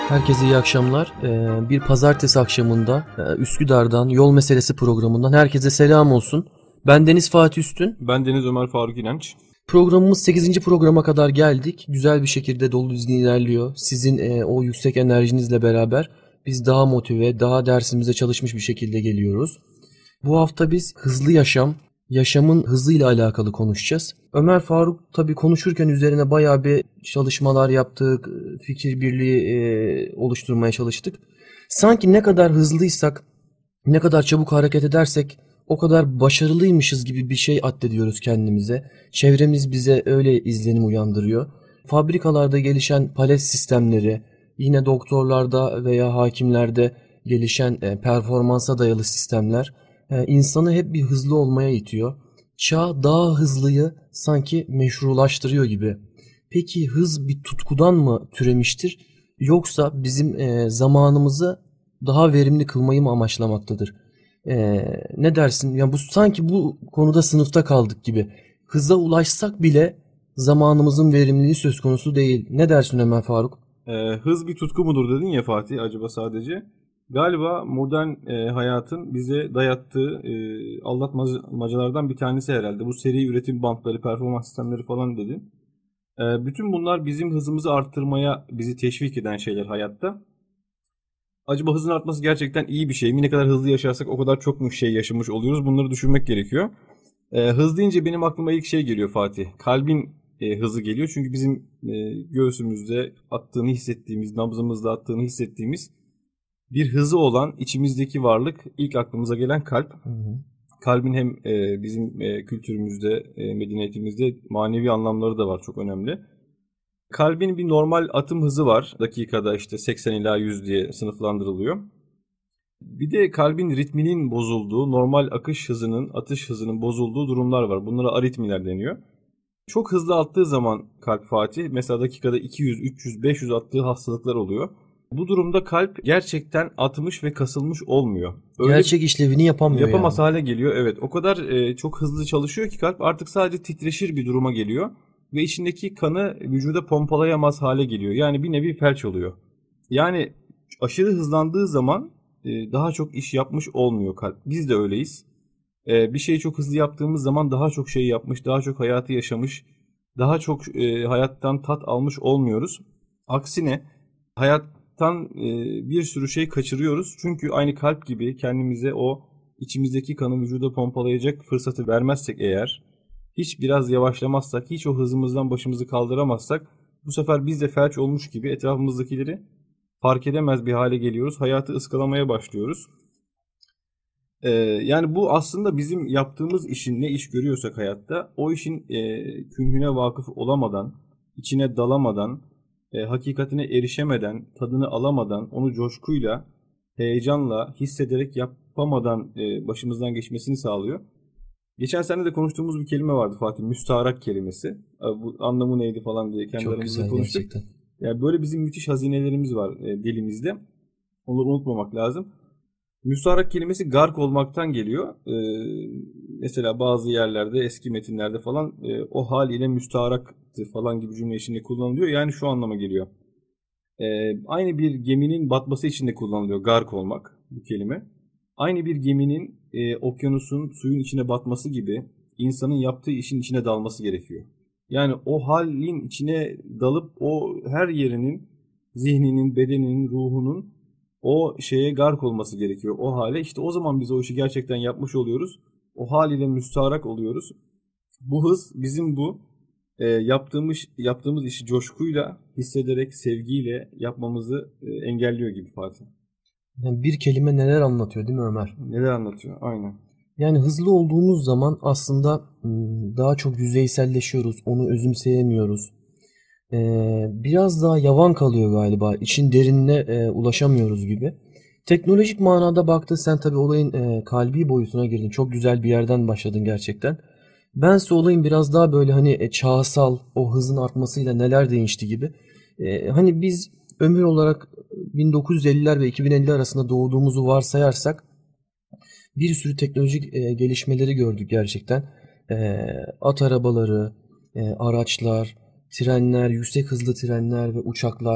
Herkese iyi akşamlar. Bir pazartesi akşamında Üsküdar'dan Yol Meselesi programından herkese selam olsun. Ben Deniz Fatih Üstün. Ben Deniz Ömer Faruk İnanç. Programımız 8. programa kadar geldik. Güzel bir şekilde dolu düzgün ilerliyor. Sizin o yüksek enerjinizle beraber biz daha motive, daha dersimize çalışmış bir şekilde geliyoruz. Bu hafta biz hızlı yaşamın hızıyla alakalı konuşacağız. Ömer Faruk tabii konuşurken üzerine bayağı bir çalışmalar yaptık, fikir birliği oluşturmaya çalıştık. Sanki ne kadar hızlıysak, ne kadar çabuk hareket edersek o kadar başarılıymışız gibi bir şey addediyoruz kendimize. Çevremiz bize öyle izlenim uyandırıyor. Fabrikalarda gelişen palet sistemleri, yine doktorlarda veya hakimlerde gelişen performansa dayalı sistemler insanı hep bir hızlı olmaya itiyor. Çağ daha hızlıyı sanki meşrulaştırıyor gibi. Peki hız bir tutkudan mı türemiştir yoksa bizim zamanımızı daha verimli kılmayı mı amaçlamaktadır? Ne dersin? Yani bu sanki bu konuda sınıfta kaldık gibi. Hıza ulaşsak bile zamanımızın verimliliği söz konusu değil. Ne dersin Ömer Faruk? Hız bir tutku mudur dedin ya Fatih acaba sadece. Galiba modern hayatın bize dayattığı aldatmacalardan bir tanesi herhalde. Bu seri üretim bantları, performans sistemleri falan dedin. Bütün bunlar bizim hızımızı arttırmaya bizi teşvik eden şeyler hayatta. Acaba hızın artması gerçekten iyi bir şey mi? Ne kadar hızlı yaşarsak o kadar çok mu şey yaşamış oluyoruz? Bunları düşünmek gerekiyor. Hız deyince benim aklıma ilk şey geliyor Fatih. Kalbin hızı geliyor. Çünkü bizim göğsümüzde attığını hissettiğimiz, nabzımızda attığını hissettiğimiz bir hızı olan içimizdeki varlık ilk aklımıza gelen kalp. Hı hı. Kalbin hem bizim kültürümüzde, medeniyetimizde manevi anlamları da var, çok önemli. Kalbin bir normal atım hızı var. Dakikada işte 80 ila 100 diye sınıflandırılıyor. Bir de kalbin ritminin bozulduğu, normal akış hızının, atış hızının bozulduğu durumlar var. Bunlara aritmiler deniyor. Çok hızlı attığı zaman kalp Fatih, mesela dakikada 200, 300, 500 attığı hastalıklar oluyor. Bu durumda kalp gerçekten atmış ve kasılmış olmuyor. Gerçek işlevini yapamıyor yapamaz yani. hale geliyor. Evet, o kadar çok hızlı çalışıyor ki kalp artık sadece titreşir bir duruma geliyor. Ve içindeki kanı vücuda pompalayamaz hale geliyor. Yani bir nevi felç oluyor. Yani aşırı hızlandığı zaman daha çok iş yapmış olmuyor kalp. Biz de öyleyiz. Bir şeyi çok hızlı yaptığımız zaman daha çok şey yapmış, daha çok hayatı yaşamış, daha çok hayattan tat almış olmuyoruz. Aksine hayattan bir sürü şey kaçırıyoruz. Çünkü aynı kalp gibi kendimize o içimizdeki kanı vücuda pompalayacak fırsatı vermezsek eğer, hiç biraz yavaşlamazsak, hiç o hızımızdan başımızı kaldıramazsak, bu sefer biz de felç olmuş gibi etrafımızdakileri fark edemez bir hale geliyoruz. Hayatı ıskalamaya başlıyoruz. Yani bu aslında bizim yaptığımız işin, ne iş görüyorsak hayatta, o işin künhüne vakıf olamadan, içine dalamadan, hakikatine erişemeden, tadını alamadan, onu coşkuyla, heyecanla, hissederek yapamadan başımızdan geçmesini sağlıyor. Geçen sene de konuştuğumuz bir kelime vardı Fatih, müstaharak kelimesi. Bu anlamı neydi falan diye kendi Çok aramızda güzel konuştuk. gerçekten. Yani böyle bizim müthiş hazinelerimiz var dilimizde. Onları unutmamak lazım. Müstaharak kelimesi gark olmaktan geliyor. Mesela bazı yerlerde, eski metinlerde falan o haliyle müstaharaktı falan gibi cümle içinde kullanılıyor. Yani şu anlama geliyor. Aynı bir geminin batması için de kullanılıyor gark olmak, bu kelime. Aynı bir geminin okyanusun suyun içine batması gibi insanın yaptığı işin içine dalması gerekiyor. Yani o halin içine dalıp o her yerinin, zihninin, bedeninin, ruhunun o şeye gark olması gerekiyor, o hale. İşte o zaman biz o işi gerçekten yapmış oluyoruz. O haliyle müstaharak oluyoruz. Bu hız bizim bu yaptığımız işi coşkuyla, hissederek, sevgiyle yapmamızı engelliyor gibi Fatih. Yani bir kelime neler anlatıyor değil mi Ömer? Neler anlatıyor? Aynen. Yani hızlı olduğumuz zaman aslında daha çok yüzeyselleşiyoruz, onu özümseyemiyoruz. Biraz daha yavan kalıyor galiba, İçin derinine ulaşamıyoruz gibi. Teknolojik manada baktın sen tabii olayın kalbi boyutuna girdin. Çok güzel bir yerden başladın gerçekten. Bense olayın biraz daha böyle hani çağsal, o hızın artmasıyla neler değişti gibi. Hani biz ömür olarak 1950'ler ve 2050 arasında doğduğumuzu varsayarsak bir sürü teknolojik gelişmeleri gördük gerçekten. At arabaları, araçlar, trenler, yüksek hızlı trenler ve uçaklar.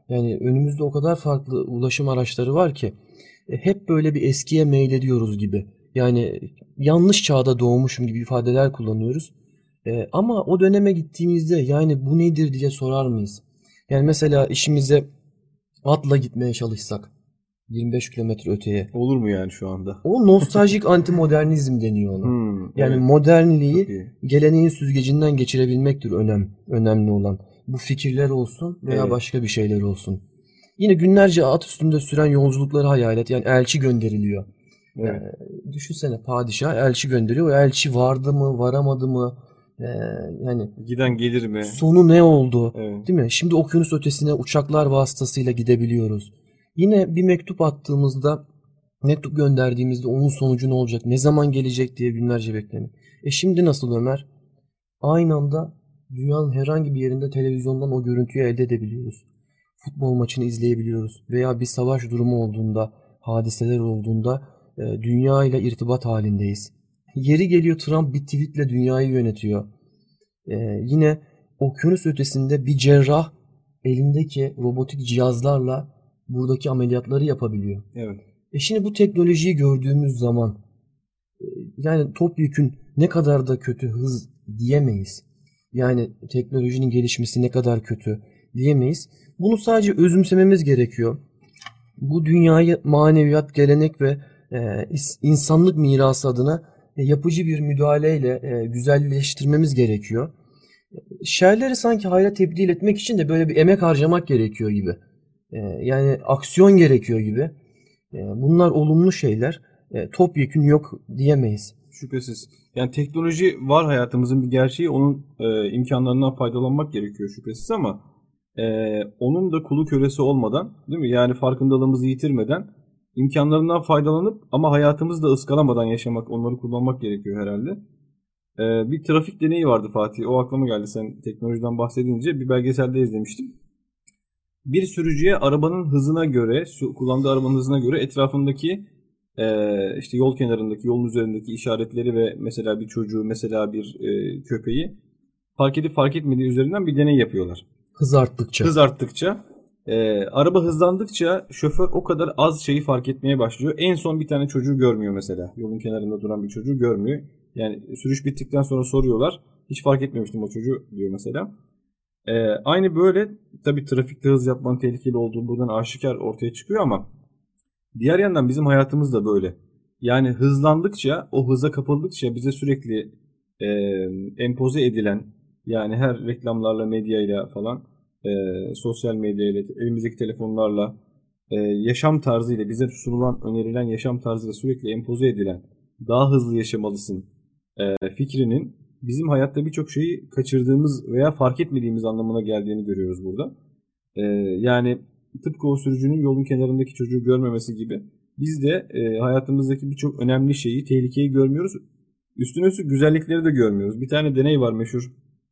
Yani önümüzde o kadar farklı ulaşım araçları var ki hep böyle bir eskiye meylediyoruz gibi. Yani yanlış çağda doğmuşum gibi ifadeler kullanıyoruz. Ama o döneme gittiğimizde yani bu nedir diye sorar mıyız? Yani mesela işimize atla gitmeye çalışsak 25 kilometre öteye. Olur mu yani şu anda? O nostaljik antimodernizm deniyor ona. Yani evet. modernliği geleneğin süzgecinden geçirebilmektir önemli olan. Bu fikirler olsun veya Evet. başka bir şeyler olsun. Yine günlerce at üstünde süren yolculukları hayal et. Yani elçi gönderiliyor. Evet. Düşünsene, padişah elçi gönderiyor. O elçi vardı mı, varamadı mı? Yani Giden gelir mi? sonu ne oldu? Evet. Değil mi? Şimdi okyanus ötesine uçaklar vasıtasıyla gidebiliyoruz. Yine bir mektup attığımızda, mektup gönderdiğimizde onun sonucu ne olacak? Ne zaman gelecek diye günlerce beklemek. Şimdi nasıl Ömer? Aynı anda dünyanın herhangi bir yerinde televizyondan o görüntüyü elde edebiliyoruz. Futbol maçını izleyebiliyoruz. Veya bir savaş durumu olduğunda, hadiseler olduğunda dünya ile irtibat halindeyiz. Yeri geliyor Trump bir tweetle dünyayı yönetiyor. Yine okyanus ötesinde bir cerrah elindeki robotik cihazlarla buradaki ameliyatları yapabiliyor. Evet. Şimdi bu teknolojiyi gördüğümüz zaman yani topyekün ne kadar da kötü hız diyemeyiz. Yani teknolojinin gelişmesi ne kadar kötü diyemeyiz. Bunu sadece özümsememiz gerekiyor. Bu dünyayı maneviyat, gelenek ve insanlık mirası adına yapıcı bir müdahaleyle güzelleştirmemiz gerekiyor. Şairleri sanki hayra tebdil etmek için de böyle bir emek harcamak gerekiyor gibi. Yani aksiyon gerekiyor gibi. Bunlar olumlu şeyler. Topyekün yok diyemeyiz. Şüphesiz. Yani teknoloji var, hayatımızın bir gerçeği. Onun imkanlarından faydalanmak gerekiyor şüphesiz ama onun da kulu kölesi olmadan, değil mi? Yani farkındalığımızı yitirmeden imkanlarından faydalanıp ama hayatımızı da ıskalamadan yaşamak, onları kullanmak gerekiyor herhalde. Bir trafik deneyi vardı Fatih. O aklıma geldi sen teknolojiden bahsedince. Bir belgeselde izlemiştim. Bir sürücüye arabanın hızına göre, kullandığı arabanın hızına göre etrafındaki işte yol kenarındaki, yolun üzerindeki işaretleri ve mesela bir çocuğu, mesela bir köpeği fark edip fark etmediği üzerinden bir deney yapıyorlar. Hız arttıkça. Hız arttıkça, araba hızlandıkça şoför o kadar az şeyi fark etmeye başlıyor. En son bir tane çocuğu görmüyor mesela. Yolun kenarında duran bir çocuğu görmüyor. Yani sürüş bittikten sonra soruyorlar. Hiç fark etmemiştim o çocuğu diyor mesela. Aynı böyle tabii trafikte hız yapmanın tehlikeli olduğu buradan aşikar ortaya çıkıyor ama diğer yandan bizim hayatımız da böyle. Yani hızlandıkça, o hıza kapıldıkça bize sürekli empoze edilen, yani her reklamlarla, medyayla falan, sosyal medyayla, elimizdeki telefonlarla, yaşam tarzıyla, bize sunulan, önerilen yaşam tarzıyla sürekli empoze edilen, daha hızlı yaşamalısın fikrinin bizim hayatta birçok şeyi kaçırdığımız veya fark etmediğimiz anlamına geldiğini görüyoruz burada. Yani tıpkı o sürücünün yolun kenarındaki çocuğu görmemesi gibi biz de hayatımızdaki birçok önemli şeyi, tehlikeyi görmüyoruz. Üstüne üstlük güzellikleri de görmüyoruz. Bir tane deney var meşhur.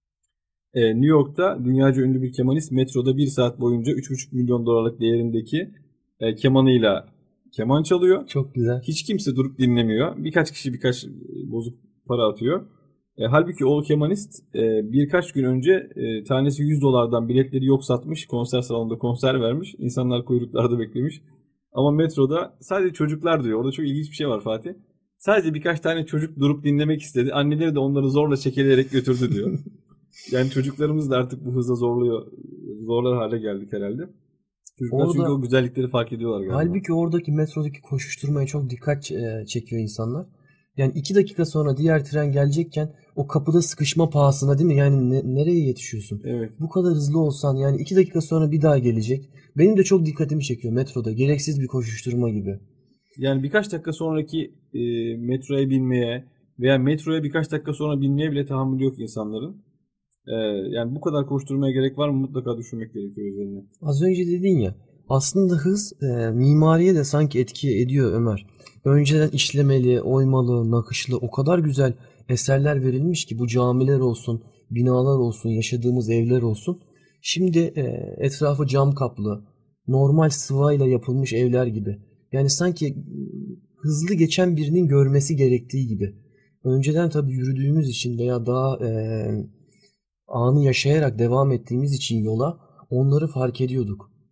New York'ta dünyaca ünlü bir kemanist metroda 1 saat boyunca 3,5 milyon dolarlık değerindeki kemanıyla keman çalıyor. Çok güzel. Hiç kimse durup dinlemiyor. Birkaç kişi birkaç bozuk para atıyor. Halbuki o kemanist birkaç gün önce tanesi 100 dolardan biletleri yok satmış. Konser salonunda konser vermiş. İnsanlar kuyruklarda beklemiş. Ama metroda sadece çocuklar diyor. Orada çok ilginç bir şey var Fatih. Sadece birkaç tane çocuk durup dinlemek istedi. Anneleri de onları zorla çekeleyerek götürdü diyor. Yani çocuklarımız da artık bu hızla zorlar hale geldik herhalde. Çocuklar çünkü o güzellikleri fark ediyorlar galiba. Halbuki oradaki metrodaki koşuşturmaya çok dikkat çekiyor insanlar. Yani 2 dakika sonra diğer tren gelecekken o kapıda sıkışma pahasına, değil mi? Yani nereye yetişiyorsun? Evet. Bu kadar hızlı olsan yani 2 dakika sonra bir daha gelecek. Benim de çok dikkatimi çekiyor metroda. Gereksiz bir koşuşturma gibi. Yani birkaç dakika sonraki metroya binmeye veya metroya birkaç dakika sonra binmeye bile tahammülü yok insanların. Yani bu kadar koşturmaya gerek var mı? Mutlaka düşünmek gerekiyor üzerine. Az önce dedin ya, aslında hız mimariye de sanki etki ediyor Ömer. Önceden işlemeli, oymalı, nakışlı o kadar güzel eserler verilmiş ki bu camiler olsun, binalar olsun, yaşadığımız evler olsun. Şimdi etrafı cam kaplı, normal sıvayla yapılmış evler gibi. Yani sanki hızlı geçen birinin görmesi gerektiği gibi. Önceden tabii yürüdüğümüz için veya daha anı yaşayarak devam ettiğimiz için yola onları fark ediyorduk.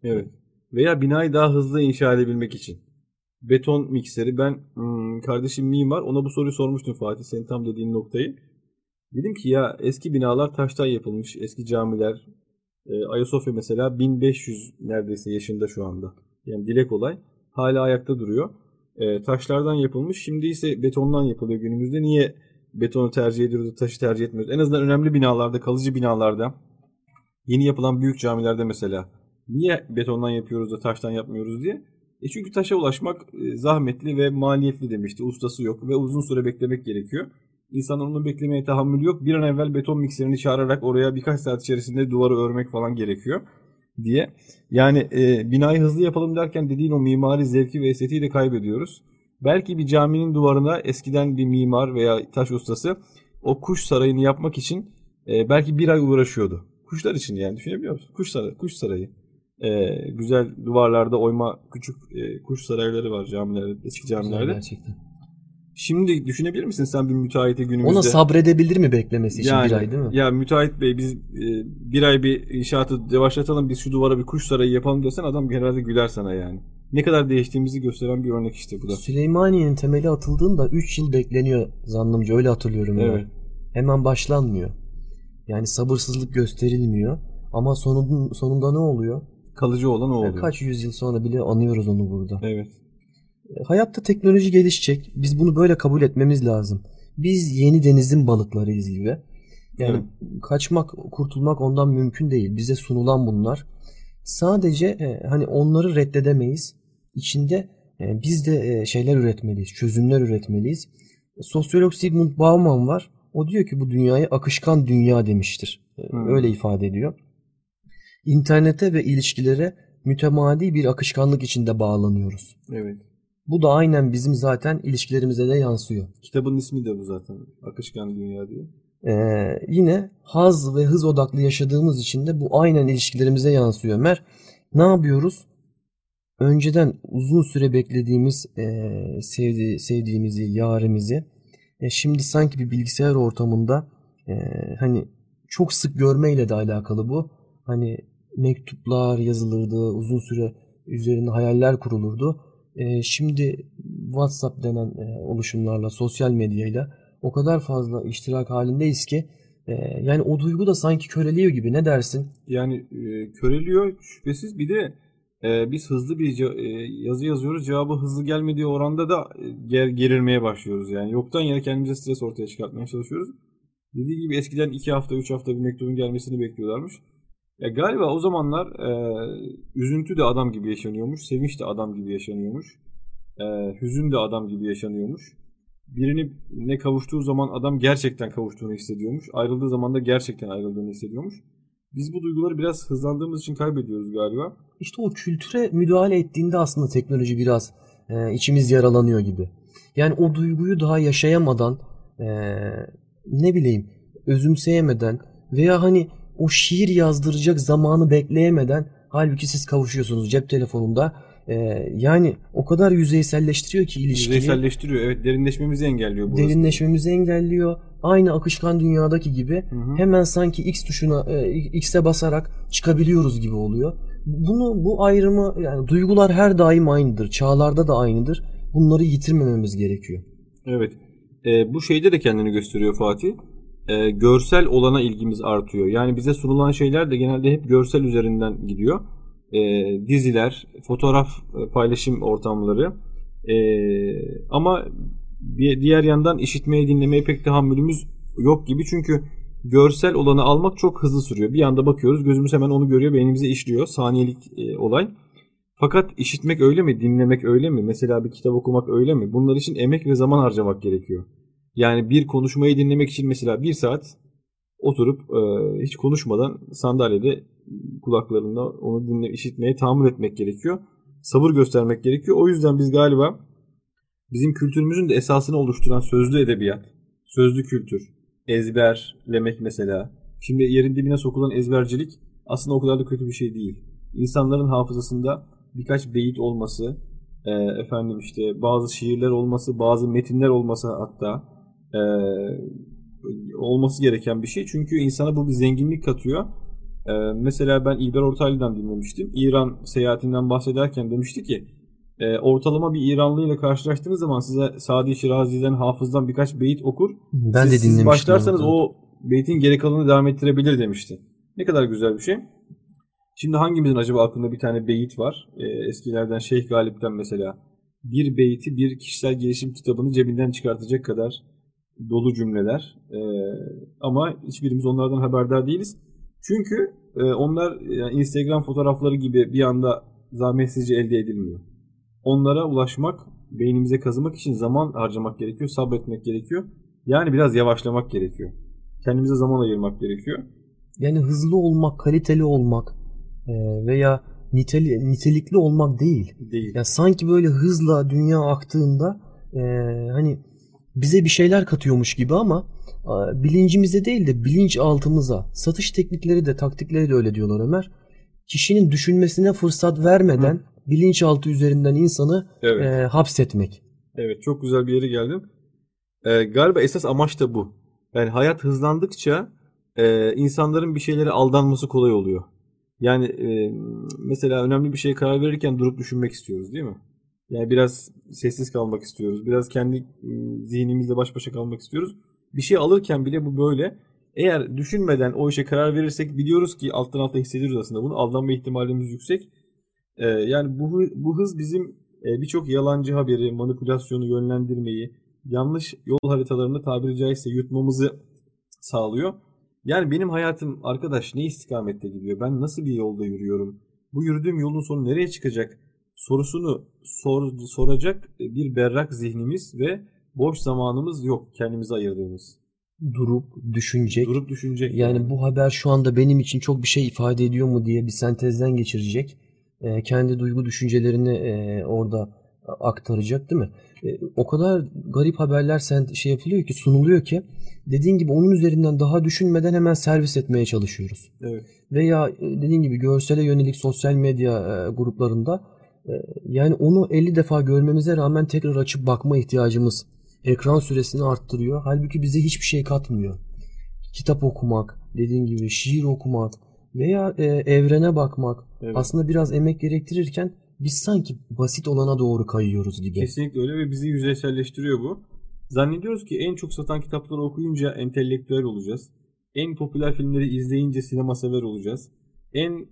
Evet. Veya binayı daha hızlı inşa edebilmek için. Beton mikseri. Ben kardeşim mimar. Ona bu soruyu sormuştum Fatih. Senin tam dediğin noktayı. Dedim ki ya eski binalar taştan yapılmış. Eski camiler. Ayasofya mesela 1500 neredeyse yaşında şu anda. Yani dile kolay. Hala ayakta duruyor. Taşlardan yapılmış. Şimdi ise betondan yapılıyor günümüzde. Niye betonu tercih ediyoruz, taşı tercih etmiyoruz? En azından önemli binalarda, kalıcı binalarda, yeni yapılan büyük camilerde mesela niye betondan yapıyoruz da taştan yapmıyoruz diye. Çünkü taşa ulaşmak zahmetli ve maliyetli demişti. Ustası yok ve uzun süre beklemek gerekiyor. İnsanın onu beklemeye tahammülü yok. Bir an evvel beton mikserini çağırarak oraya birkaç saat içerisinde duvarı örmek falan gerekiyor diye. Yani binayı hızlı yapalım derken dediğin o mimari zevki ve estetiği de kaybediyoruz. Belki bir caminin duvarına eskiden bir mimar veya taş ustası o kuş sarayını yapmak için belki bir ay uğraşıyordu. Kuşlar için yani düşünebiliyor musun? Kuş sarayı. Güzel duvarlarda oyma küçük kuş sarayları var camilerde, eski camilerde. Gerçekten. Şimdi düşünebilir misin sen bir müteahhite günümüzde? Ona sabredebilir mi beklemesi için Yani, bir ay değil mi? Ya müteahhit bey biz bir ay bir inşaatı yavaşlatalım biz şu duvara bir kuş sarayı yapalım desen adam herhalde güler sana yani. Ne kadar değiştiğimizi gösteren bir örnek işte bu da. Süleymaniye'nin temeli atıldığında 3 yıl bekleniyor zannımca, öyle hatırlıyorum ben. Evet. Hemen başlanmıyor. Yani sabırsızlık gösterilmiyor. Ama sonunda ne oluyor? Kalıcı olan o oluyor. Kaç yüzyıl sonra bile anıyoruz onu burada. Evet. Hayatta teknoloji gelişecek. Biz bunu böyle kabul etmemiz lazım. Biz yeni denizin balıklarıyız gibi. Yani kaçmak, kurtulmak ondan mümkün değil. Bize sunulan bunlar. Sadece hani onları reddedemeyiz. İçinde biz de şeyler üretmeliyiz, çözümler üretmeliyiz. Sosyolog Sigmund Bauman var. O diyor ki bu dünyaya akışkan dünya demiştir. Öyle ifade ediyor. İnternete ve ilişkilere mütemadi bir akışkanlık içinde bağlanıyoruz. Evet. Bu da aynen bizim zaten ilişkilerimize de yansıyor. Kitabın ismi de bu zaten. Akışkan Dünya diye. Yine haz ve hız odaklı yaşadığımız için de bu aynen ilişkilerimize yansıyor. Ömer, ne yapıyoruz? Önceden uzun süre beklediğimiz sevdiğimizi, yarimizi şimdi sanki bir bilgisayar ortamında hani çok sık görmeyle de alakalı bu. Hani mektuplar yazılırdı, uzun süre üzerine hayaller kurulurdu. Şimdi WhatsApp denen oluşumlarla, sosyal medyayla o kadar fazla iştirak halindeyiz ki yani o duygu da sanki köreliyor gibi. Ne dersin? Yani köreliyor şüphesiz. Bir de biz hızlı bir yazı yazıyoruz. Cevabı hızlı gelmediği oranda da gerilmeye başlıyoruz. Yani yoktan yere kendimize stres ortaya çıkartmaya çalışıyoruz. Dediği gibi eskiden 2 hafta 3 hafta bir mektubun gelmesini bekliyorlarmış. Ya galiba o zamanlar üzüntü de adam gibi yaşanıyormuş. Sevinç de adam gibi yaşanıyormuş. Hüzün de adam gibi yaşanıyormuş. Birini ne kavuştuğu zaman adam gerçekten kavuştuğunu hissediyormuş. Ayrıldığı zaman da gerçekten ayrıldığını hissediyormuş. Biz bu duyguları biraz hızlandığımız için kaybediyoruz galiba. İşte o kültüre müdahale ettiğinde aslında teknoloji biraz içimiz yaralanıyor gibi. Yani o duyguyu daha yaşayamadan, ne bileyim, özümseyemeden veya hani o şiir yazdıracak zamanı bekleyemeden, halbuki siz kavuşuyorsunuz cep telefonunda. Yani o kadar yüzeyselleştiriyor ki ilişkiyi. Yüzeyselleştiriyor. Evet, derinleşmemizi engelliyor burası. Derinleşmemizi engelliyor. Aynı akışkan dünyadaki gibi hemen sanki X tuşuna X'e basarak çıkabiliyoruz gibi oluyor. Bu ayrımı, yani duygular her daim aynıdır. Çağlarda da aynıdır. Bunları yitirmememiz gerekiyor. Evet. Bu şeyde de kendini gösteriyor Fatih. Görsel olana ilgimiz artıyor. Yani bize sunulan şeyler de genelde hep görsel üzerinden gidiyor. Diziler, fotoğraf paylaşım ortamları. Ama diğer yandan işitmeye, dinlemeye pek tahammülümüz yok gibi. Çünkü görsel olanı almak çok hızlı sürüyor. Bir anda bakıyoruz, gözümüz hemen onu görüyor, beynimize işliyor. Saniyelik olay. Fakat işitmek öyle mi, dinlemek öyle mi? Mesela bir kitap okumak öyle mi? Bunlar için emek ve zaman harcamak gerekiyor. Yani bir konuşmayı dinlemek için mesela 1 saat oturup hiç konuşmadan sandalyede kulaklarında onu işitmeye tahammül etmek gerekiyor. Sabır göstermek gerekiyor. O yüzden biz galiba bizim kültürümüzün de esasını oluşturan sözlü edebiyat, sözlü kültür, ezberlemek mesela. Şimdi yerin dibine sokulan ezbercilik aslında o kadar da kötü bir şey değil. İnsanların hafızasında birkaç beyit olması, işte bazı şiirler olması, bazı metinler olması hatta olması gereken bir şey. Çünkü insana bu bir zenginlik katıyor. Mesela ben İlber Ortaylı'dan dinlemiştim. İran seyahatinden bahsederken demişti ki ortalama bir İranlı ile karşılaştığınız zaman size Sadi Şirazi'den, Hafız'dan birkaç beyit okur. Ben de Siz dinlemiştim başlarsanız onu. o beytin geri kalanını devam ettirebilir demişti. Ne kadar güzel bir şey. Şimdi hangimizin acaba aklında bir tane beyit var? Eskilerden Şeyh Galip'ten mesela. Bir beyti bir kişisel gelişim kitabını cebinden çıkartacak kadar dolu cümleler. Ama hiçbirimiz onlardan haberdar değiliz. Çünkü onlar yani Instagram fotoğrafları gibi bir anda zahmetsizce elde edilmiyor. Onlara ulaşmak, beynimize kazımak için zaman harcamak gerekiyor, sabretmek gerekiyor. Yani biraz yavaşlamak gerekiyor. Kendimize zaman ayırmak gerekiyor. Yani hızlı olmak, kaliteli olmak veya nitelikli olmak değil. Değil. Ya sanki böyle hızla dünya aktığında hani bize bir şeyler katıyormuş gibi ama bilincimize değil de bilinçaltımıza. Satış teknikleri de taktikleri de öyle diyorlar Ömer. Kişinin düşünmesine fırsat vermeden bilinçaltı üzerinden insanı Evet. hapsetmek. Evet, çok güzel bir yere geldin. Galiba esas amaç da bu. Yani hayat hızlandıkça insanların bir şeylere aldanması kolay oluyor. Yani mesela önemli bir şeye karar verirken durup düşünmek istiyoruz, değil mi? Yani biraz sessiz kalmak istiyoruz. Biraz kendi zihnimizle baş başa kalmak istiyoruz. Bir şey alırken bile bu böyle. Eğer düşünmeden o işe karar verirsek biliyoruz ki alttan alta hissediyoruz aslında bunu. Aldanma ihtimalimiz yüksek. Yani bu hız bizim birçok yalancı haberi, manipülasyonu, yönlendirmeyi, yanlış yol haritalarını tabiri caizse yutmamızı sağlıyor. Yani benim hayatım arkadaş ne istikamette gidiyor? Ben nasıl bir yolda yürüyorum? Bu yürüdüğüm yolun sonu nereye çıkacak? Sorusunu soracak bir berrak zihnimiz ve boş zamanımız yok kendimize ayırdığımız. Durup düşünecek. Durup düşünecek. Yani bu haber şu anda benim için çok bir şey ifade ediyor mu diye bir sentezden geçirecek. Kendi duygu düşüncelerini orada aktaracak, değil mi? O kadar garip haberler yapılıyor ki, sunuluyor ki dediğin gibi onun üzerinden daha düşünmeden hemen servis etmeye çalışıyoruz. Evet. Veya dediğin gibi görsele yönelik sosyal medya gruplarında yani onu 50 defa görmemize rağmen tekrar açıp bakma ihtiyacımız ekran süresini arttırıyor. Halbuki bize hiçbir şey katmıyor. Kitap okumak, dediğin gibi şiir okumak veya evrene bakmak aslında biraz emek gerektirirken biz sanki basit olana doğru kayıyoruz gibi. Kesinlikle öyle ve bizi yüzeyselleştiriyor bu. Zannediyoruz ki en çok satan kitapları okuyunca entelektüel olacağız. En popüler filmleri izleyince sinema sever olacağız. En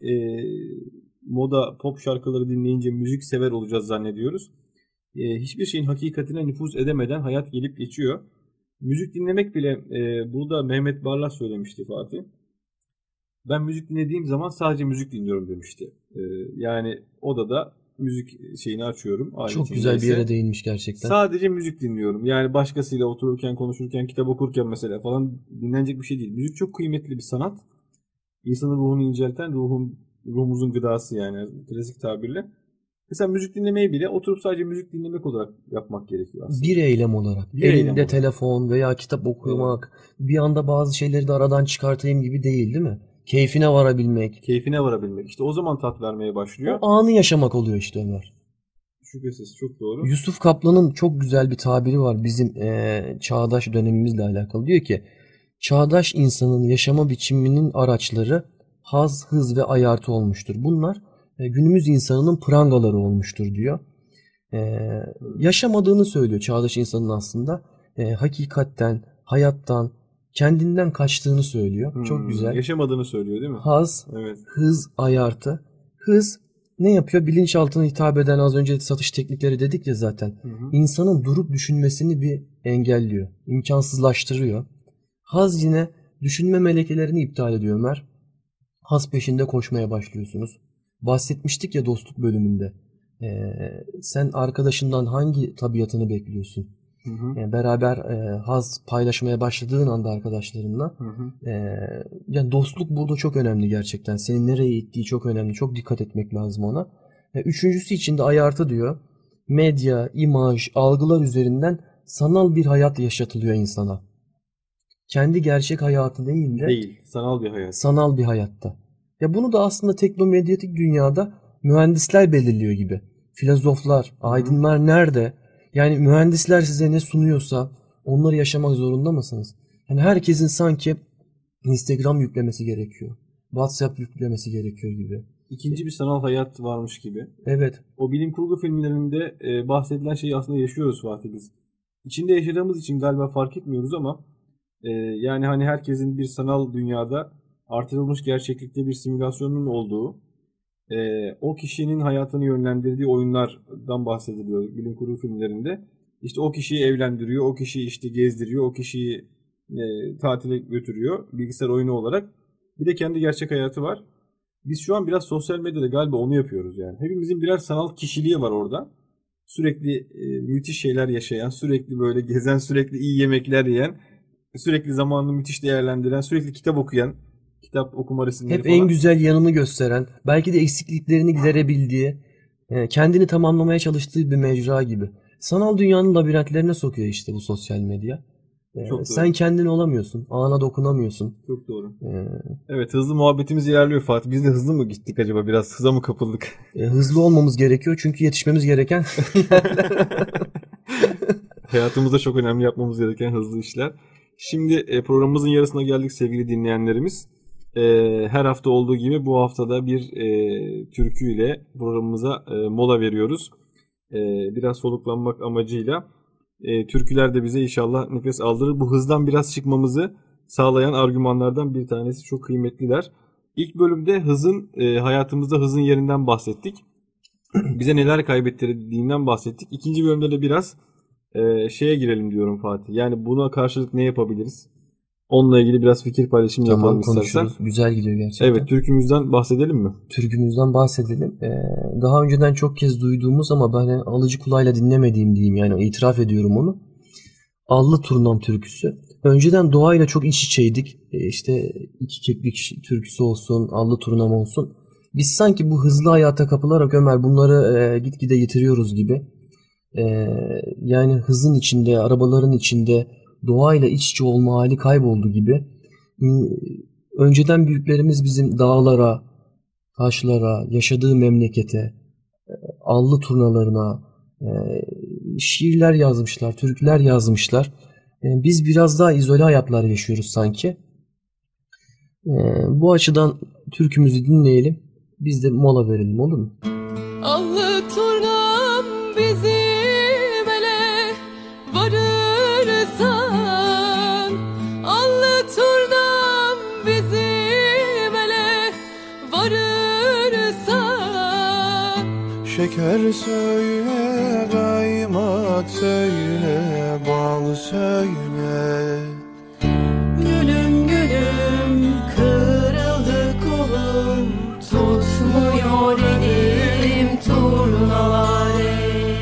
moda pop şarkıları dinleyince müzik sever olacağız zannediyoruz. Hiçbir şeyin hakikatine nüfuz edemeden hayat gelip geçiyor. Müzik dinlemek bile, burada Mehmet Barlas söylemişti Fatih. Ben müzik dinlediğim zaman sadece müzik dinliyorum demişti. Yani odada müzik şeyini açıyorum. Çok güzel bir yere değinmiş gerçekten. Sadece müzik dinliyorum. Yani başkasıyla otururken, konuşurken, kitap okurken mesela falan dinlenecek bir şey değil. Müzik çok kıymetli bir sanat. İnsanın ruhunu incelten, ruhumuzun gıdası yani klasik tabirle. Mesela müzik dinlemeyi bile oturup sadece müzik dinlemek olarak yapmak gerekiyor aslında. Bir eylem olarak. Elinde telefon veya kitap okumak, bir anda bazı şeyleri de aradan çıkartayım gibi değil mi? Keyfine varabilmek. Keyfine varabilmek. İşte o zaman tat vermeye başlıyor. O anı yaşamak oluyor işte Ömer. Şüphesiz çok doğru. Yusuf Kaplan'ın çok güzel bir tabiri var bizim çağdaş dönemimizle alakalı. Diyor ki çağdaş insanın yaşama biçiminin araçları haz, hız ve ayartı olmuştur. Bunlar günümüz insanının prangaları olmuştur diyor. Yaşamadığını söylüyor çağdaş insanın aslında. Hakikatten, hayattan, kendinden kaçtığını söylüyor. Çok güzel. Yaşamadığını söylüyor değil mi? Haz, hız, ayartı. Hız ne yapıyor? Bilinçaltına hitap eden az önce satış teknikleri dedik ya zaten. İnsanın durup düşünmesini bir engelliyor. İmkansızlaştırıyor. Haz yine düşünme melekelerini iptal ediyor Ömer. Haz peşinde koşmaya başlıyorsunuz. Bahsetmiştik ya dostluk bölümünde. Sen arkadaşından hangi tabiatını bekliyorsun? Yani beraber haz paylaşmaya başladığın anda arkadaşlarınla yani dostluk burada çok önemli gerçekten. Seni nereye ittiği çok önemli. Çok dikkat etmek lazım ona. Üçüncüsü için de ayartı diyor. Medya, imaj, algılar üzerinden sanal bir hayat yaşatılıyor insana. Kendi gerçek hayatı değil de sanal bir hayat. Sanal bir hayatta. Ya bunu da aslında teknomedyatik dünyada mühendisler belirliyor gibi. Filozoflar, aydınlar nerede? Yani mühendisler size ne sunuyorsa onları yaşamak zorunda mısınız? Yani herkesin sanki Instagram yüklemesi gerekiyor. WhatsApp yüklemesi gerekiyor gibi. İkinci bir sanal hayat varmış gibi. Evet. O bilim kurgu filmlerinde bahsedilen şeyi aslında yaşıyoruz Fatih biz. İçinde yaşadığımız için galiba fark etmiyoruz ama yani hani herkesin bir sanal dünyada artırılmış gerçeklikte bir simülasyonun olduğu, o kişinin hayatını yönlendirdiği oyunlardan bahsediliyor bilim kurgu filmlerinde. İşte o kişiyi evlendiriyor, o kişiyi işte gezdiriyor, o kişiyi tatile götürüyor bilgisayar oyunu olarak. Bir de kendi gerçek hayatı var. Biz şu an biraz sosyal medyada galiba onu yapıyoruz yani. Hepimizin birer sanal kişiliği var orada. Sürekli müthiş şeyler yaşayan, sürekli böyle gezen, sürekli iyi yemekler yiyen, sürekli zamanını müthiş değerlendiren, sürekli kitap okuyan, kitap okuma resimleri Hep falan. en güzel yanını gösteren, belki de eksikliklerini giderebildiği, kendini tamamlamaya çalıştığı bir mecra gibi. Sanal dünyanın labirentlerine sokuyor işte bu sosyal medya. Çok Sen doğru. kendin olamıyorsun, ana dokunamıyorsun. Çok doğru. Ee, Evet, hızlı muhabbetimiz ilerliyor Fatih. Biz de hızlı mı gittik acaba? Biraz hıza mı kapıldık? Hızlı olmamız gerekiyor çünkü yetişmemiz gereken Hayatımızda çok önemli yapmamız gereken hızlı işler. Şimdi programımızın yarısına geldik sevgili dinleyenlerimiz. Her hafta olduğu gibi bu haftada bir türküyle programımıza mola veriyoruz. Biraz soluklanmak amacıyla. Türküler de bize inşallah nefes aldırır. Bu hızdan biraz çıkmamızı sağlayan argümanlardan bir tanesi, çok kıymetliler. İlk bölümde hayatımızda hızın yerinden bahsettik. Bize neler kaybettirdiğinden bahsettik. İkinci bölümde de biraz şeye girelim diyorum Fatih. Yani buna karşılık ne yapabiliriz? Onunla ilgili biraz fikir paylaşımı yapalım tamam istersen. konuşuruz. Güzel gidiyor gerçekten. Evet, türkümüzden bahsedelim mi? Türkümüzden bahsedelim. Daha önceden çok kez duyduğumuz ama ben alıcı kulağıyla dinlemediğim diyeyim, yani itiraf ediyorum onu. Allı Turnam türküsü. Önceden doğayla çok iç içeydik. İşte iki keklik türküsü olsun, Allı Turnam olsun. Biz sanki bu hızlı hayata kapılarak Ömer bunları gitgide yitiriyoruz gibi. Yani hızın içinde, arabaların içinde doğayla iç içe olma hali kayboldu gibi. Önceden büyüklerimiz bizim dağlara, taşlara, yaşadığı memlekete, allı turnalarına şiirler yazmışlar, türküler yazmışlar. Biz biraz daha izole hayatlar yaşıyoruz sanki. Bu açıdan türkümüzü dinleyelim. Biz de mola verelim, olur mu? Allı turnam bizim ele varırsan, allı turnam bizim ele varırsan. Şeker söyle, kaymak söyle, bal söyle. Gülüm gülüm kırıldı kolum, tutmuyor elim turnaları.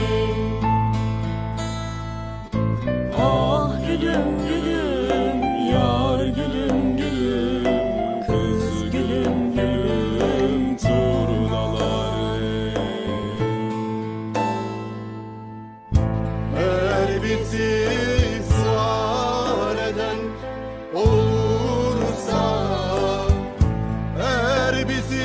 Ah gülüm gülüm, yar gülüm gülüm, kız gülüm gülüm turnaları. Her bizi zar eden olursa, her bizi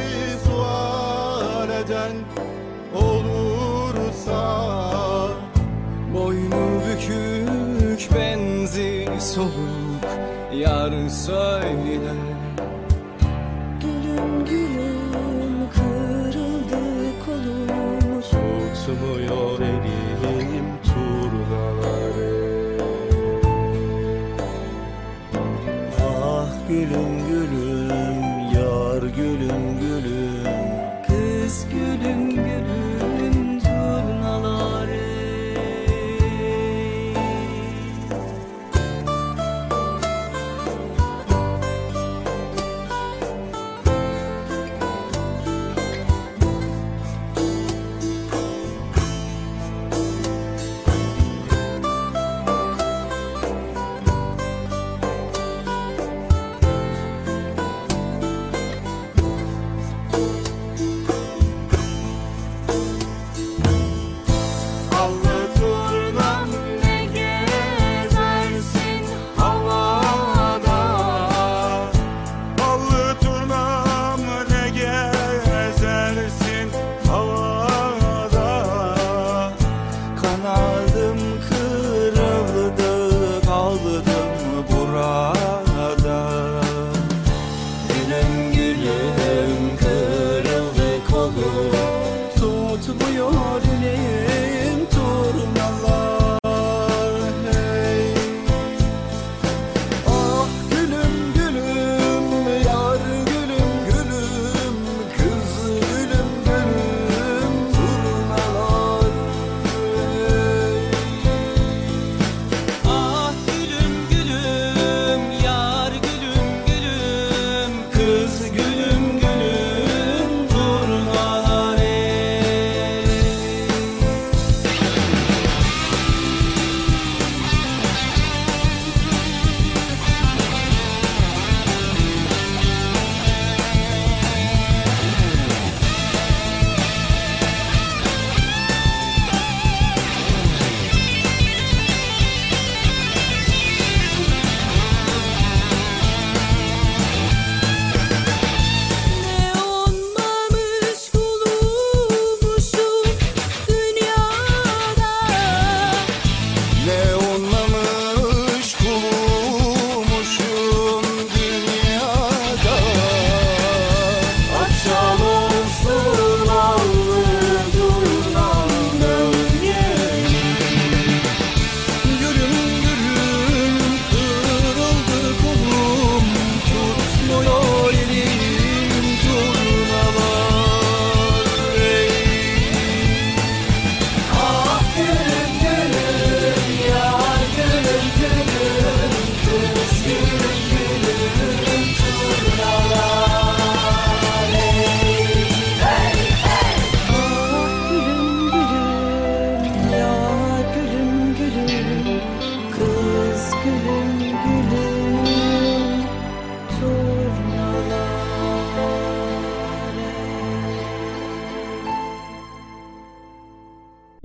sual eden olursa, boynu bükük benzi soluk yar söyle. Gülüm gülüm kırıldı kolum, Tutmuyor elim turnaları. Ah gülüm gülüm, yar gülüm gülüm, kız gülüm gülüm turnaları.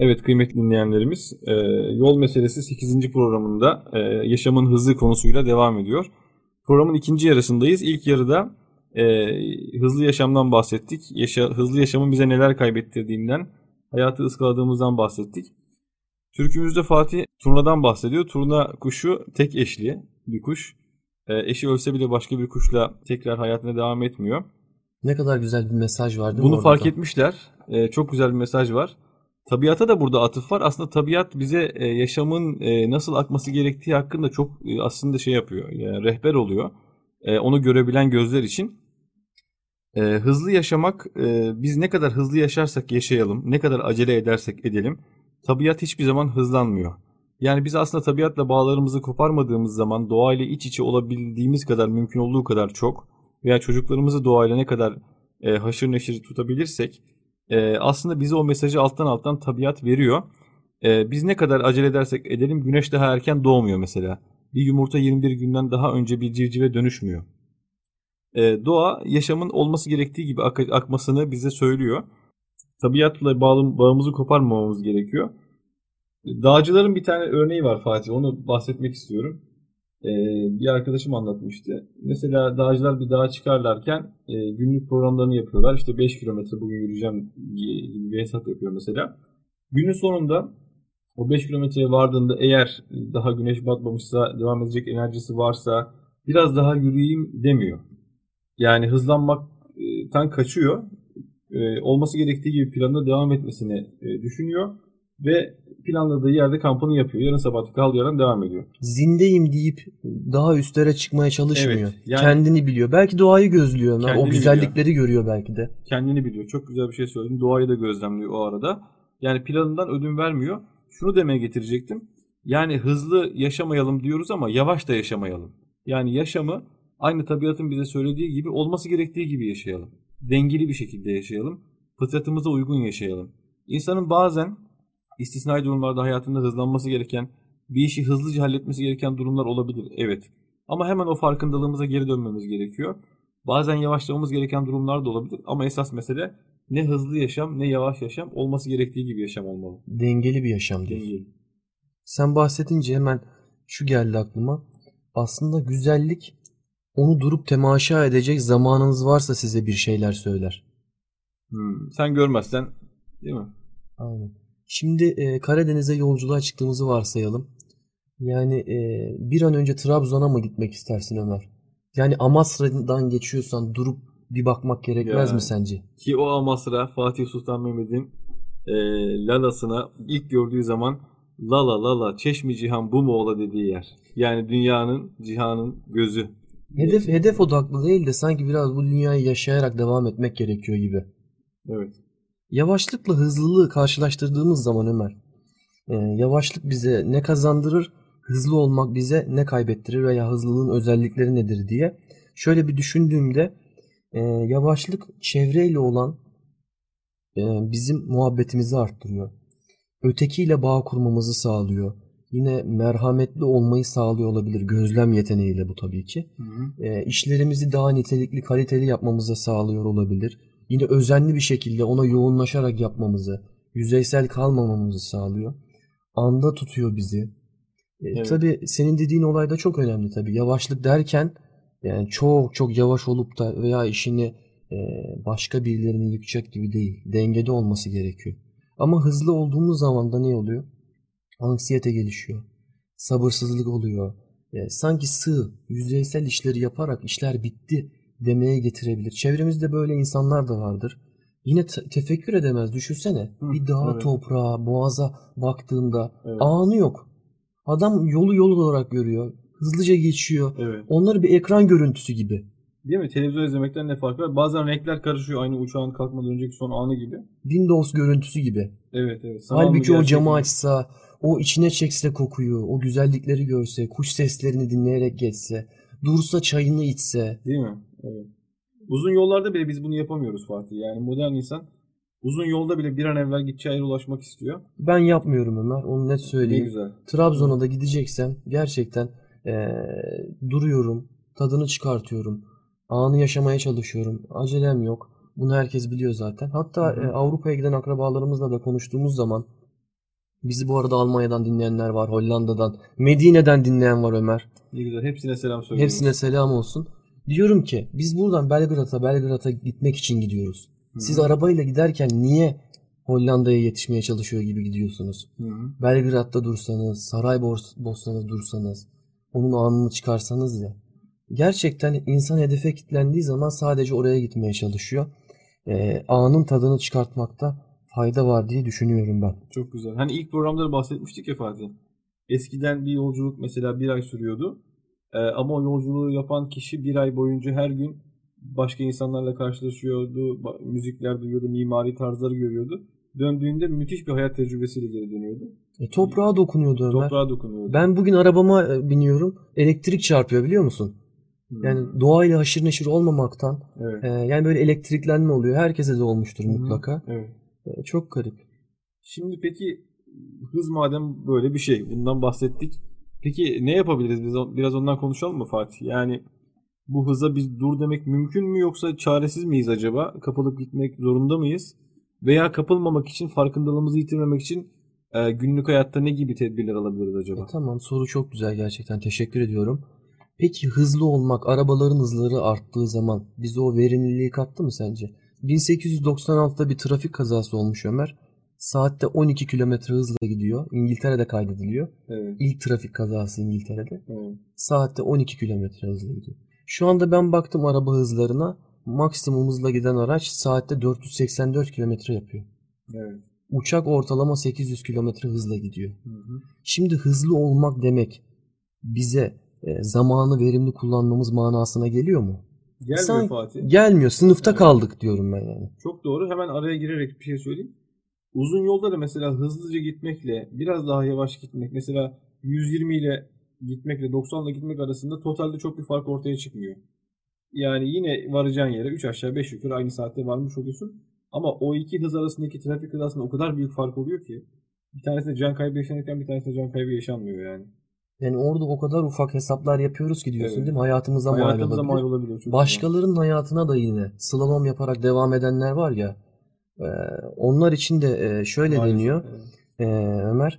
Evet kıymetli dinleyenlerimiz, Yol Meselesi 8. programında yaşamın hızı konusuyla devam ediyor. Programın ikinci yarısındayız. İlk yarıda hızlı yaşamdan bahsettik. Hızlı yaşamın bize neler kaybettirdiğinden, hayatı ıskaladığımızdan bahsettik. Türkümüzde Fatih turnadan bahsediyor. Turna kuşu tek eşli bir kuş. Eşi ölse bile başka bir kuşla tekrar hayatına devam etmiyor. Ne kadar güzel bir mesaj var değil mi Bunu orada fark da? etmişler. Çok güzel bir mesaj var. Tabiata da burada atıf var. Aslında tabiat bize yaşamın nasıl akması gerektiği hakkında çok aslında şey yapıyor. Yani rehber oluyor. Onu görebilen gözler için. Hızlı yaşamak, biz ne kadar hızlı yaşarsak yaşayalım, ne kadar acele edersek edelim, tabiat hiçbir zaman hızlanmıyor. Yani biz aslında tabiatla bağlarımızı koparmadığımız zaman, doğayla iç içe olabildiğimiz kadar, mümkün olduğu kadar çok veya çocuklarımızı doğayla ne kadar haşır neşir tutabilirsek, aslında bize o mesajı alttan tabiat veriyor. Biz ne kadar acele edersek edelim, güneş daha erken doğmuyor mesela. Bir yumurta 21 günden daha önce bir civcive dönüşmüyor. Doğa yaşamın olması gerektiği gibi akmasını bize söylüyor. Tabiatla bağımızı koparmamamız gerekiyor. Dağcıların bir tane örneği var Fatih. Onu bahsetmek istiyorum. Bir arkadaşım anlatmıştı. Mesela dağcılar bir dağa çıkarlarken günlük programlarını yapıyorlar. İşte 5 kilometre bugün yürüyeceğim gibi bir hesap yapıyor mesela. Günün sonunda o 5 kilometreye vardığında eğer daha güneş batmamışsa, devam edecek enerjisi varsa biraz daha yürüyeyim demiyor. Yani hızlanmaktan kaçıyor. Olması gerektiği gibi planına devam etmesini düşünüyor ve planladığı yerde kampını yapıyor. Yarın sabah kaldığı yerden devam ediyor. Zindeyim deyip daha üstlere çıkmaya çalışmıyor. Evet, yani kendini biliyor. Belki doğayı gözlüyor. O Kendini güzellikleri görüyor belki de. kendini biliyor. Çok güzel bir şey söyledin. Doğayı da gözlemliyor o arada. Yani planından ödün vermiyor. Şunu demeye getirecektim. Yani hızlı yaşamayalım diyoruz ama yavaş da yaşamayalım. Yani yaşamı aynı tabiatın bize söylediği gibi olması gerektiği gibi yaşayalım. Dengeli bir şekilde yaşayalım. Fıtratımıza uygun yaşayalım. İnsanın bazen istisnai durumlarda hayatında hızlanması gereken, bir işi hızlıca halletmesi gereken durumlar olabilir. Evet. Ama hemen o farkındalığımıza geri dönmemiz gerekiyor. Bazen yavaşlamamız gereken durumlar da olabilir. Ama esas mesele ne hızlı yaşam ne yavaş yaşam, olması gerektiği gibi yaşam olmalı. Dengeli bir yaşam diyorsun. Dengeli. Sen bahsedince hemen şu geldi aklıma. Aslında güzellik onu durup temaşa edecek zamanınız varsa size bir şeyler söyler. Sen görmezsen değil mi? Aynen. Şimdi Karadeniz'e yolculuğa çıktığımızı varsayalım. Yani bir an önce Trabzon'a mı gitmek istersin Ömer? Yani Amasra'dan geçiyorsan durup bir bakmak gerekmez Ya. mi sence? Ki o Amasra Fatih Sultan Mehmet'in lalasına ilk gördüğü zaman lala lala çeşmi cihan bu mu ola dediği yer. Yani dünyanın, cihanın gözü. Hedef odaklı değil de sanki biraz bu dünyayı yaşayarak devam etmek gerekiyor gibi. Evet. Yavaşlıkla hızlılığı karşılaştırdığımız zaman Ömer, yavaşlık bize ne kazandırır, hızlı olmak bize ne kaybettirir veya hızlılığın özellikleri nedir diye. Şöyle bir düşündüğümde yavaşlık çevreyle olan bizim muhabbetimizi arttırıyor. Ötekiyle bağ kurmamızı sağlıyor. Yine merhametli olmayı sağlıyor olabilir. Gözlem yeteneğiyle bu tabii ki. İşlerimizi daha nitelikli, kaliteli yapmamıza sağlıyor olabilir. Yine özenli bir şekilde ona yoğunlaşarak yapmamızı, yüzeysel kalmamamızı sağlıyor. Anda tutuyor bizi. Evet. Tabii senin dediğin olay da çok önemli tabii. Yavaşlık derken yani çok çok yavaş olup da veya işini başka birilerini yıkacak gibi değil. Dengede olması gerekiyor. Ama hızlı olduğumuz zaman da ne oluyor? Anksiyete gelişiyor. Sabırsızlık oluyor. Sanki yüzeysel işleri yaparak işler bitti demeye getirebilir. Çevremizde böyle insanlar da vardır. Yine tefekkür edemez. Düşünsene. Bir dağa, evet. toprağa, boğaza baktığında Evet. anı yok. Adam yol olarak görüyor. Hızlıca geçiyor. Evet. Onları bir ekran görüntüsü gibi. Değil mi? Televizyon izlemekten ne fark var? Bazen renkler karışıyor aynı uçağın kalkmadan önceki son anı gibi. Windows görüntüsü gibi. Evet evet. Halbuki o camı açsa, o içine çekse kokuyu, o güzellikleri görse, kuş seslerini dinleyerek geçse, dursa çayını içse. Değil mi? Evet. Uzun yollarda bile biz bunu yapamıyoruz Fatih. Yani modern insan uzun yolda bile bir an evvel gideceği yere ulaşmak istiyor. Ben yapmıyorum Ömer, onu net Ne söyleyeyim. güzel. Trabzon'a da gideceksem gerçekten duruyorum, tadını çıkartıyorum. Anı yaşamaya çalışıyorum. Acelem yok. Bunu herkes biliyor zaten. Hatta Avrupa'ya giden akrabalarımızla da konuştuğumuz zaman Bizi bu arada Almanya'dan dinleyenler var, Hollanda'dan, Medine'den dinleyen var Ömer. Ne güzel. Hepsine selam söylüyoruz. Hepsine selam olsun. Diyorum ki biz buradan Belgrad'a gitmek için gidiyoruz. Siz arabayla giderken niye Hollanda'ya yetişmeye çalışıyor gibi gidiyorsunuz? Belgrad'da dursanız, Saraybosna'da dursanız, onun anını çıkarsanız ya. Gerçekten insan hedefe kilitlendiği zaman sadece oraya gitmeye çalışıyor. Anın tadını çıkartmakta fayda var diye düşünüyorum ben. Çok güzel. Hani ilk programda da bahsetmiştik ya Fatih. Eskiden bir yolculuk mesela 1 ay sürüyordu. Ama o yolculuğu yapan kişi 1 ay boyunca her gün başka insanlarla karşılaşıyordu. Müzikler duyuyordu, mimari tarzları görüyordu. Döndüğünde müthiş bir hayat tecrübesiyle geri dönüyordu. Toprağa dokunuyordu Ömer. Toprağa dokunuyordu. Ben bugün arabama biniyorum. Elektrik çarpıyor biliyor musun? Yani doğayla haşır neşir olmamaktan Evet. yani böyle elektriklenme oluyor. Herkese de olmuştur mutlaka. Evet. Çok garip. Şimdi peki hız madem böyle bir şey, bundan bahsettik. Peki ne yapabiliriz? Biz biraz ondan konuşalım mı Fatih? Yani bu hıza biz dur demek mümkün mü, yoksa çaresiz miyiz acaba? Kapılıp gitmek zorunda mıyız? Veya kapılmamak için, farkındalığımızı yitirmemek için günlük hayatta ne gibi tedbirler alabiliriz acaba? Tamam, soru çok güzel gerçekten. Teşekkür ediyorum. Peki hızlı olmak, arabaların hızları arttığı zaman bize o verimliliği kattı mı sence? 1896'da bir trafik kazası olmuş Ömer. Saatte 12 kilometre hızla gidiyor. İngiltere'de kaydediliyor. Evet. İlk trafik kazası İngiltere'de. Evet. Saatte 12 kilometre hızla gidiyor. Şu anda ben baktım araba hızlarına. Maksimum hızla giden araç saatte 484 kilometre yapıyor. Evet. Uçak ortalama 800 kilometre hızla gidiyor. Hı. Şimdi hızlı olmak demek bize zamanı verimli kullanmamız manasına geliyor mu? Gelmiyor Fatih. Gelmiyor. Sınıfta Evet. kaldık diyorum ben yani. Çok doğru. Hemen araya girerek bir şey söyleyeyim. Uzun yolda da mesela hızlıca gitmekle biraz daha yavaş gitmek, mesela 120 ile gitmekle 90 ile gitmek arasında totalde çok bir fark ortaya çıkmıyor. Yani yine varacağın yere 3 aşağı 5 yukarı aynı saatte varmış oluyorsun. Ama o iki hız arasındaki trafik hız arasında o kadar büyük fark oluyor ki bir tanesinde can kaybı yaşanırken bir tanesinde can kaybı yaşanmıyor yani. Yani orada o kadar ufak hesaplar yapıyoruz ki diyorsun Evet. değil mi? Hayatımıza Hayatımıza mal mal olabilir. olabiliyor. Çok Başkalarının hayatına da yine slalom yaparak devam edenler var ya. Onlar için de şöyle Maalesef, deniyor Ömer.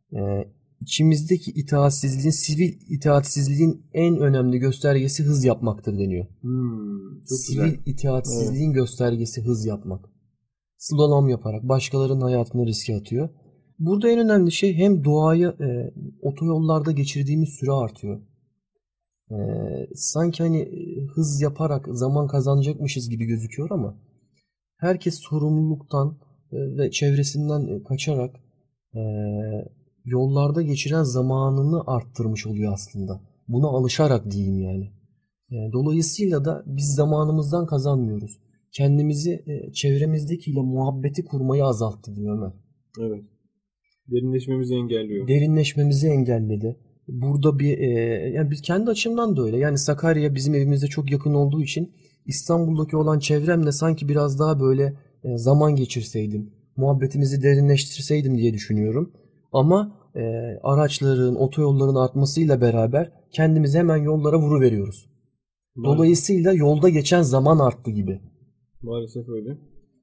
İçimizdeki sivil itaatsizliğin en önemli göstergesi hız yapmaktır deniyor. Çok Sivil güzel. itaatsizliğin göstergesi hız yapmak. Slalom yaparak başkalarının hayatını riske atıyor. Burada en önemli şey hem doğaya otoyollarda geçirdiğimiz süre artıyor. Sanki hani hız yaparak zaman kazanacakmışız gibi gözüküyor ama herkes sorumluluktan ve çevresinden kaçarak yollarda geçiren zamanını arttırmış oluyor aslında. Buna alışarak diyeyim yani. Dolayısıyla da biz zamanımızdan kazanmıyoruz. Kendimizi çevremizdekiyle muhabbeti kurmayı azalttı diyor Ömer. Evet. Derinleşmemizi engelliyor. Derinleşmemizi engelledi. Burada yani biz kendi açımdan da öyle. Yani Sakarya bizim evimize çok yakın olduğu için İstanbul'daki olan çevremle sanki biraz daha böyle zaman geçirseydim, muhabbetimizi derinleştirseydim diye düşünüyorum. Ama araçların, otoyolların artmasıyla beraber kendimizi hemen yollara vuruveriyoruz. Dolayısıyla yolda geçen zaman arttı gibi. Maalesef öyle.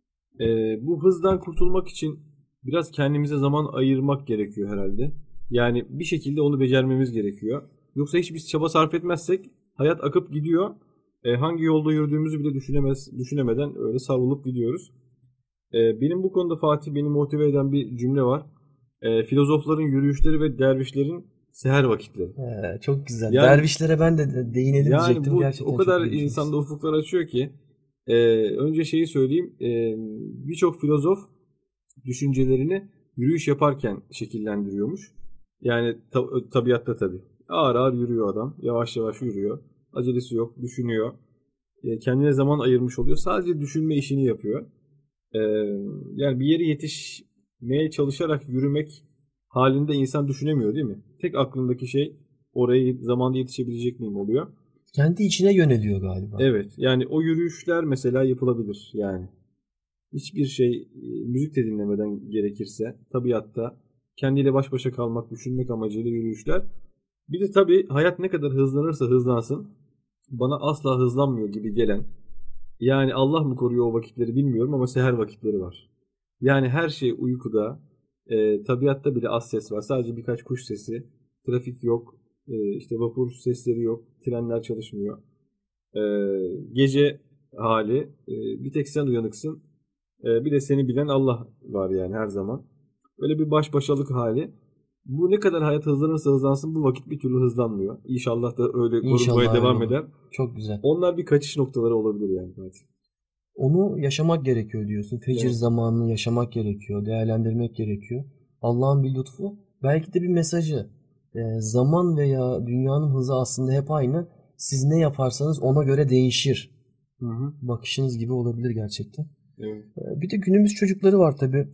Bu hızdan kurtulmak için biraz kendimize zaman ayırmak gerekiyor herhalde. Yani bir şekilde onu becermemiz gerekiyor. Yoksa hiç biz çaba sarf etmezsek hayat akıp gidiyor. Hangi yolda yürüdüğümüzü bile düşünemeden öyle savrulup gidiyoruz. Benim bu konuda Fatih beni motive eden bir cümle var. Filozofların yürüyüşleri ve dervişlerin seher vakitleri. Çok güzel. Yani, dervişlere ben de değinelim yani diyecektim. bu Gerçekten o kadar çok insanda ufuklar açıyor ki. Önce şeyi söyleyeyim. Birçok filozof düşüncelerini yürüyüş yaparken şekillendiriyormuş. Yani tabiatta tabii. Ağır ağır yürüyor adam. Yavaş yavaş yürüyor. Acelesi yok. Düşünüyor. Kendine zaman ayırmış oluyor. Sadece düşünme işini yapıyor. Yani bir yere yetişmeye çalışarak yürümek halinde insan düşünemiyor değil mi? Tek aklındaki şey oraya zamanda yetişebilecek miyim oluyor. Kendi içine yöneliyor galiba. Evet. Yani o yürüyüşler mesela yapılabilir yani. Hiçbir şey müzik de dinlemeden gerekirse tabiatta kendiyle baş başa kalmak, düşünmek amacıyla yürüyüşler. Bir de tabii hayat ne kadar hızlanırsa hızlansın bana asla hızlanmıyor gibi gelen, yani Allah mı koruyor o vakitleri bilmiyorum ama seher vakitleri var. Yani her şey uykuda, Tabiatta bile az ses var. Sadece birkaç kuş sesi. Trafik yok. İşte vapur sesleri yok. Trenler çalışmıyor. Gece hali. Bir tek sen uyanıksın. Bir de seni bilen Allah var yani her zaman. Öyle bir baş başalık hali. Bu ne kadar hayat hızlanırsa hızlansın bu vakit bir türlü hızlanmıyor. İnşallah da öyle korunmaya devam öyle eder. olur. Çok güzel. Onlar bir kaçış noktaları olabilir yani. Fatih. Onu yaşamak gerekiyor diyorsun. Fecir Evet. zamanını yaşamak gerekiyor. Değerlendirmek gerekiyor. Allah'ın bir lütfu. Belki de bir mesajı. Zaman veya dünyanın hızı aslında hep aynı. Siz ne yaparsanız ona göre değişir. Hı hı. Bakışınız gibi olabilir gerçekten. Evet. Bir de günümüz çocukları var tabii.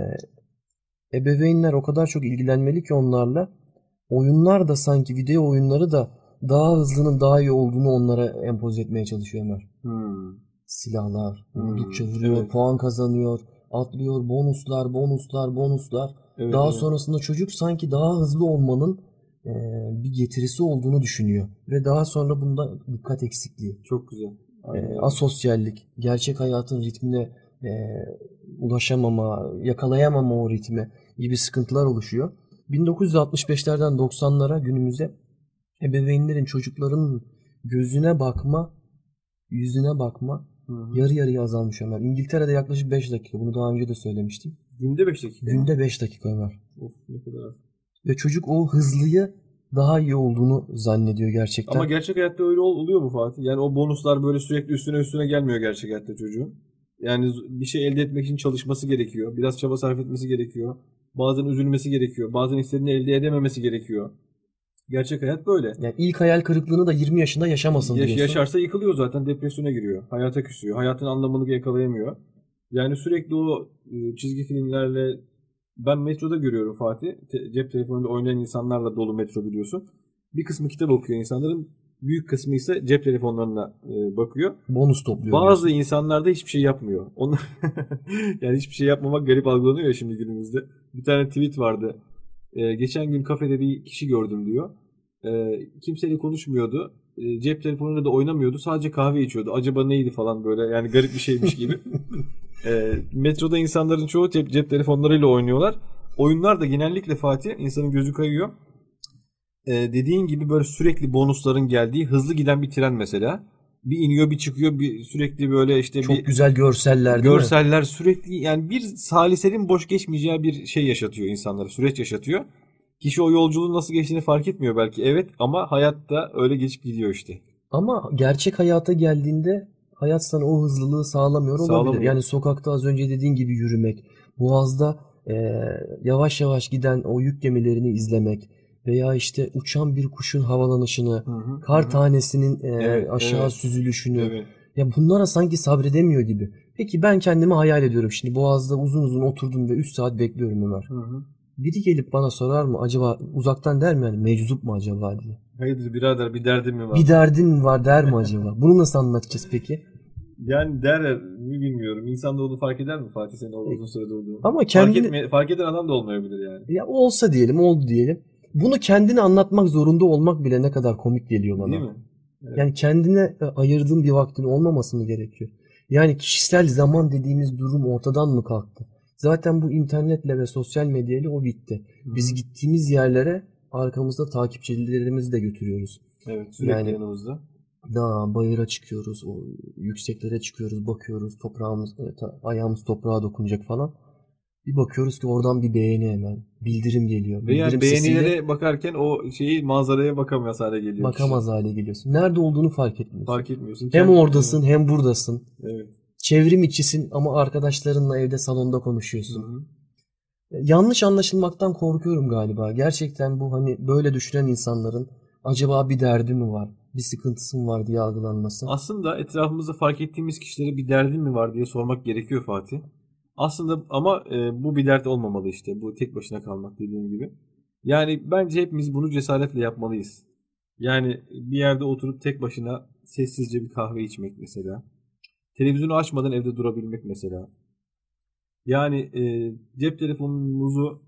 Ebeveynler o kadar çok ilgilenmeli ki onlarla. Oyunlar da sanki video oyunları da daha hızlının daha iyi olduğunu onlara empoze etmeye çalışıyor Ömer. Silahlar, vurdukça vuruyor, evet. puan kazanıyor, atlıyor, bonuslar. Evet, Daha evet. sonrasında çocuk sanki daha hızlı olmanın bir getirisi olduğunu düşünüyor. Ve daha sonra bunda dikkat eksikliği, Çok güzel. Aynen öyle. asosyallik, gerçek hayatın ritmine ulaşamama, yakalayamama o ritme gibi sıkıntılar oluşuyor. 1965'lerden 90'lara günümüze ebeveynlerin çocukların gözüne bakma, yüzüne bakma yarı yarıya azalmış Ömer. İngiltere'de yaklaşık 5 dakika. Bunu daha önce de söylemiştim. Günde 5 dakika. Günde 5 dakika Ömer. Of, ne kadar az. Ve çocuk o hızlıyı daha iyi olduğunu zannediyor gerçekten. Ama gerçek hayatta öyle oluyor mu Fatih? Yani o bonuslar böyle sürekli üstüne gelmiyor gerçek hayatta çocuğun. Yani bir şey elde etmek için çalışması gerekiyor. Biraz çaba sarf etmesi gerekiyor. Bazen üzülmesi gerekiyor. Bazen istediğini elde edememesi gerekiyor. Gerçek hayat böyle. Yani ilk hayal kırıklığını da 20 yaşında yaşamasın diyorsun. Yaşarsa yıkılıyor zaten. Depresyona giriyor. Hayata küsüyor. Hayatın anlamını yakalayamıyor. Yani sürekli o çizgi filmlerle ben metroda görüyorum Fatih. Cep telefonunda oynayan insanlarla dolu metro biliyorsun. Bir kısmı kitap okuyor insanların. Büyük kısmı ise cep telefonlarına bakıyor. Bonus topluyor. Bazı diyorsun. insanlar da hiçbir şey yapmıyor. Onlar yani hiçbir şey yapmamak garip algılanıyor ya şimdi günümüzde. Bir tane tweet vardı. Geçen gün kafede bir kişi gördüm diyor. Kimseyle konuşmuyordu. Cep telefonuyla da oynamıyordu. Sadece kahve içiyordu. Acaba neydi falan böyle. Yani garip bir şeymiş gibi. Metroda insanların çoğu cep telefonlarıyla oynuyorlar. Oyunlar da genellikle Fatih insanın gözü kayıyor. Dediğin gibi böyle sürekli bonusların geldiği hızlı giden bir tren mesela. Bir iniyor bir çıkıyor bir sürekli böyle işte Çok güzel görseller değil mi? görseller sürekli yani bir salisenin boş geçmeyeceği bir şey yaşatıyor insanlara. Süreç yaşatıyor. Kişi o yolculuğun nasıl geçtiğini fark etmiyor belki. Evet ama hayatta öyle geçip gidiyor işte. Ama gerçek hayata geldiğinde hayat sana o hızlılığı sağlamıyor olabilir. Sağlamıyor. Yani sokakta az önce dediğin gibi yürümek, boğazda yavaş yavaş giden o yük gemilerini izlemek veya işte uçan bir kuşun havalanışını, kar tanesinin Evet, aşağı evet. süzülüşünü. Evet. Ya bunlara sanki sabredemiyor gibi. Peki ben kendimi hayal ediyorum şimdi. Boğaz'da uzun uzun oturdum ve 3 saat bekliyorum Ömer. Biri gelip bana sorar mı acaba uzaktan der mi yani meczup mu acaba diye. Hayırdır birader bir derdin mi var? Bir derdin mi var der mi acaba? Bunu nasıl anlatacağız peki? Yani der mi bilmiyorum. İnsan da onu fark eder mi Fatih senin orada uzun süre durduğunu? Ama Fark eden adam da olmayabilir yani. Ya olsa diyelim, oldu diyelim. Bunu kendine anlatmak zorunda olmak bile ne kadar komik geliyor bana. Değil mi? Evet. Yani kendine ayırdığın bir vaktin olmaması mı gerekiyor? Yani kişisel zaman dediğimiz durum ortadan mı kalktı? Zaten bu internetle ve sosyal medyayla o bitti. Biz gittiğimiz yerlere arkamızda takipçilerimizi de götürüyoruz. Evet sürekli Yani- yanımızda. Dağa, bayıra çıkıyoruz, o yükseklere çıkıyoruz, bakıyoruz, ayağımız toprağa dokunacak falan. Bir bakıyoruz ki oradan bir beğeni hemen, bildirim geliyor. Ve yani Bildirim sesiyle beğenilere bakarken o şeyi manzaraya bakamaz hale geliyor. bakamaz hale geliyorsun. Nerede olduğunu fark etmiyorsun. Fark etmiyorsun. Hem Kendi- oradasın hem buradasın. Evet. Çevrim içisin ama arkadaşlarınla evde salonda konuşuyorsun. Hı-hı. Yanlış anlaşılmaktan korkuyorum galiba. Gerçekten bu hani böyle düşünen insanların acaba bir derdi mi var, bir sıkıntısı mı var diye algılanması. Aslında etrafımızda fark ettiğimiz kişilere bir derdin mi var diye sormak gerekiyor Fatih. Aslında ama bu bir dert olmamalı işte. Bu tek başına kalmak dediğim gibi. Yani bence hepimiz bunu cesaretle yapmalıyız. Yani bir yerde oturup tek başına sessizce bir kahve içmek mesela. Televizyonu açmadan evde durabilmek mesela. Yani cep telefonumuzu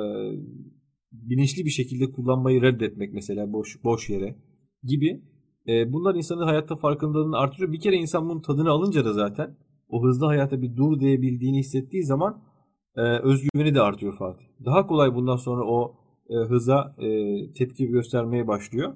bilinçli bir şekilde kullanmayı reddetmek mesela boş yere gibi. Bunlar insanın hayatta farkındalığını artırıyor. Bir kere insan bunun tadını alınca da zaten o hızlı hayata bir dur diyebildiğini hissettiği zaman özgüveni de artıyor Fatih. Daha kolay bundan sonra o hıza tepki göstermeye başlıyor.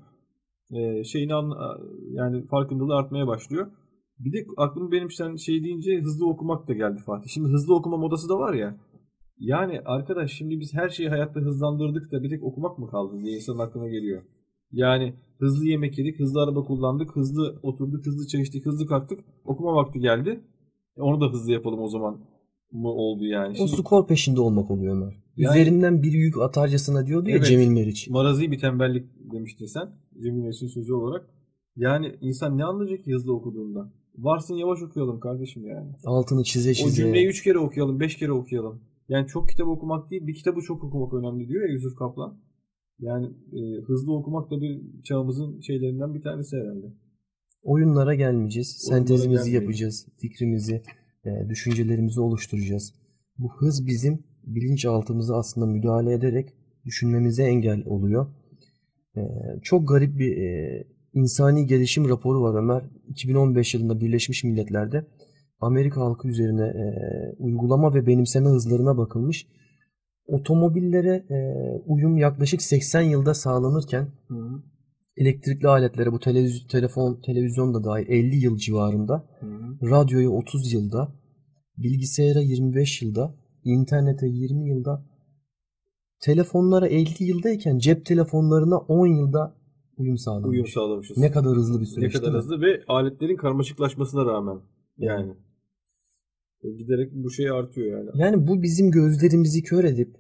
Yani farkındalığı artmaya başlıyor. Bir de aklıma benim sen deyince hızlı okumak da geldi Fatih. Şimdi hızlı okuma modası da var ya. Yani arkadaş şimdi biz her şeyi hayatta hızlandırdık da bir tek okumak mı kaldı diye insanın aklına geliyor. Yani hızlı yemek yedik, hızlı araba kullandık, hızlı oturduk, hızlı çay içtik, hızlı kalktık. Okuma vakti geldi. Onu da hızlı yapalım o zaman mı oldu yani. O skor peşinde olmak oluyor Ömer. Yani, üzerinden bir yük atarcasına diyordu ya, evet, Cemil Meriç. Marazi bir tembellik demiştin sen. Cemil Meriç'in sözü olarak. Yani insan ne anlayacak ki hızlı okuduğunda? Varsın yavaş okuyalım kardeşim yani. Altını çize. O cümleyi 3 kere okuyalım, 5 kere okuyalım. Yani çok kitap okumak değil, bir kitabı çok okumak önemli diyor ya Yusuf Kaplan. Yani hızlı okumak da bir çağımızın şeylerinden bir tanesi herhalde. Oyunlara gelmeyeceğiz. Sentezimizi yapacağız. Fikrimizi, düşüncelerimizi oluşturacağız. Bu hız bizim bilinçaltımıza aslında müdahale ederek düşünmemize engel oluyor. Çok garip bir insani gelişim raporu var Ömer. 2015 yılında Birleşmiş Milletler'de Amerika halkı üzerine uygulama ve benimseme hızlarına bakılmış. Otomobillere uyum yaklaşık 80 yılda sağlanırken elektrikli aletlere, bu televizyon da dahil 50 yıl civarında, radyoya 30 yılda, bilgisayara 25 yılda, internete 20 yılda, telefonlara 50 yıldayken cep telefonlarına 10 yılda uyum sağlamışız. Ne kadar hızlı bir süreç. Ne kadar hızlı ve aletlerin karmaşıklaşmasına rağmen yani. Giderek bu şey artıyor yani. Yani bu bizim gözlerimizi kör edip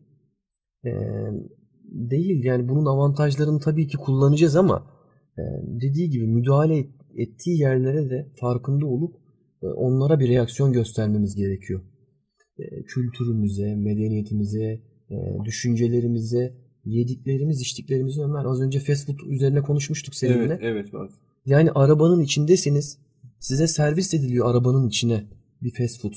değil, yani bunun avantajlarını tabii ki kullanacağız ama dediği gibi müdahale ettiği yerlere de farkında olup onlara bir reaksiyon göstermemiz gerekiyor. Kültürümüze, medeniyetimize, düşüncelerimize, yediklerimiz, içtiklerimize. Ömer, az önce fast food üzerine konuşmuştuk seninle. Evet. Yani arabanın içindesiniz. Size servis ediliyor arabanın içine bir fast food.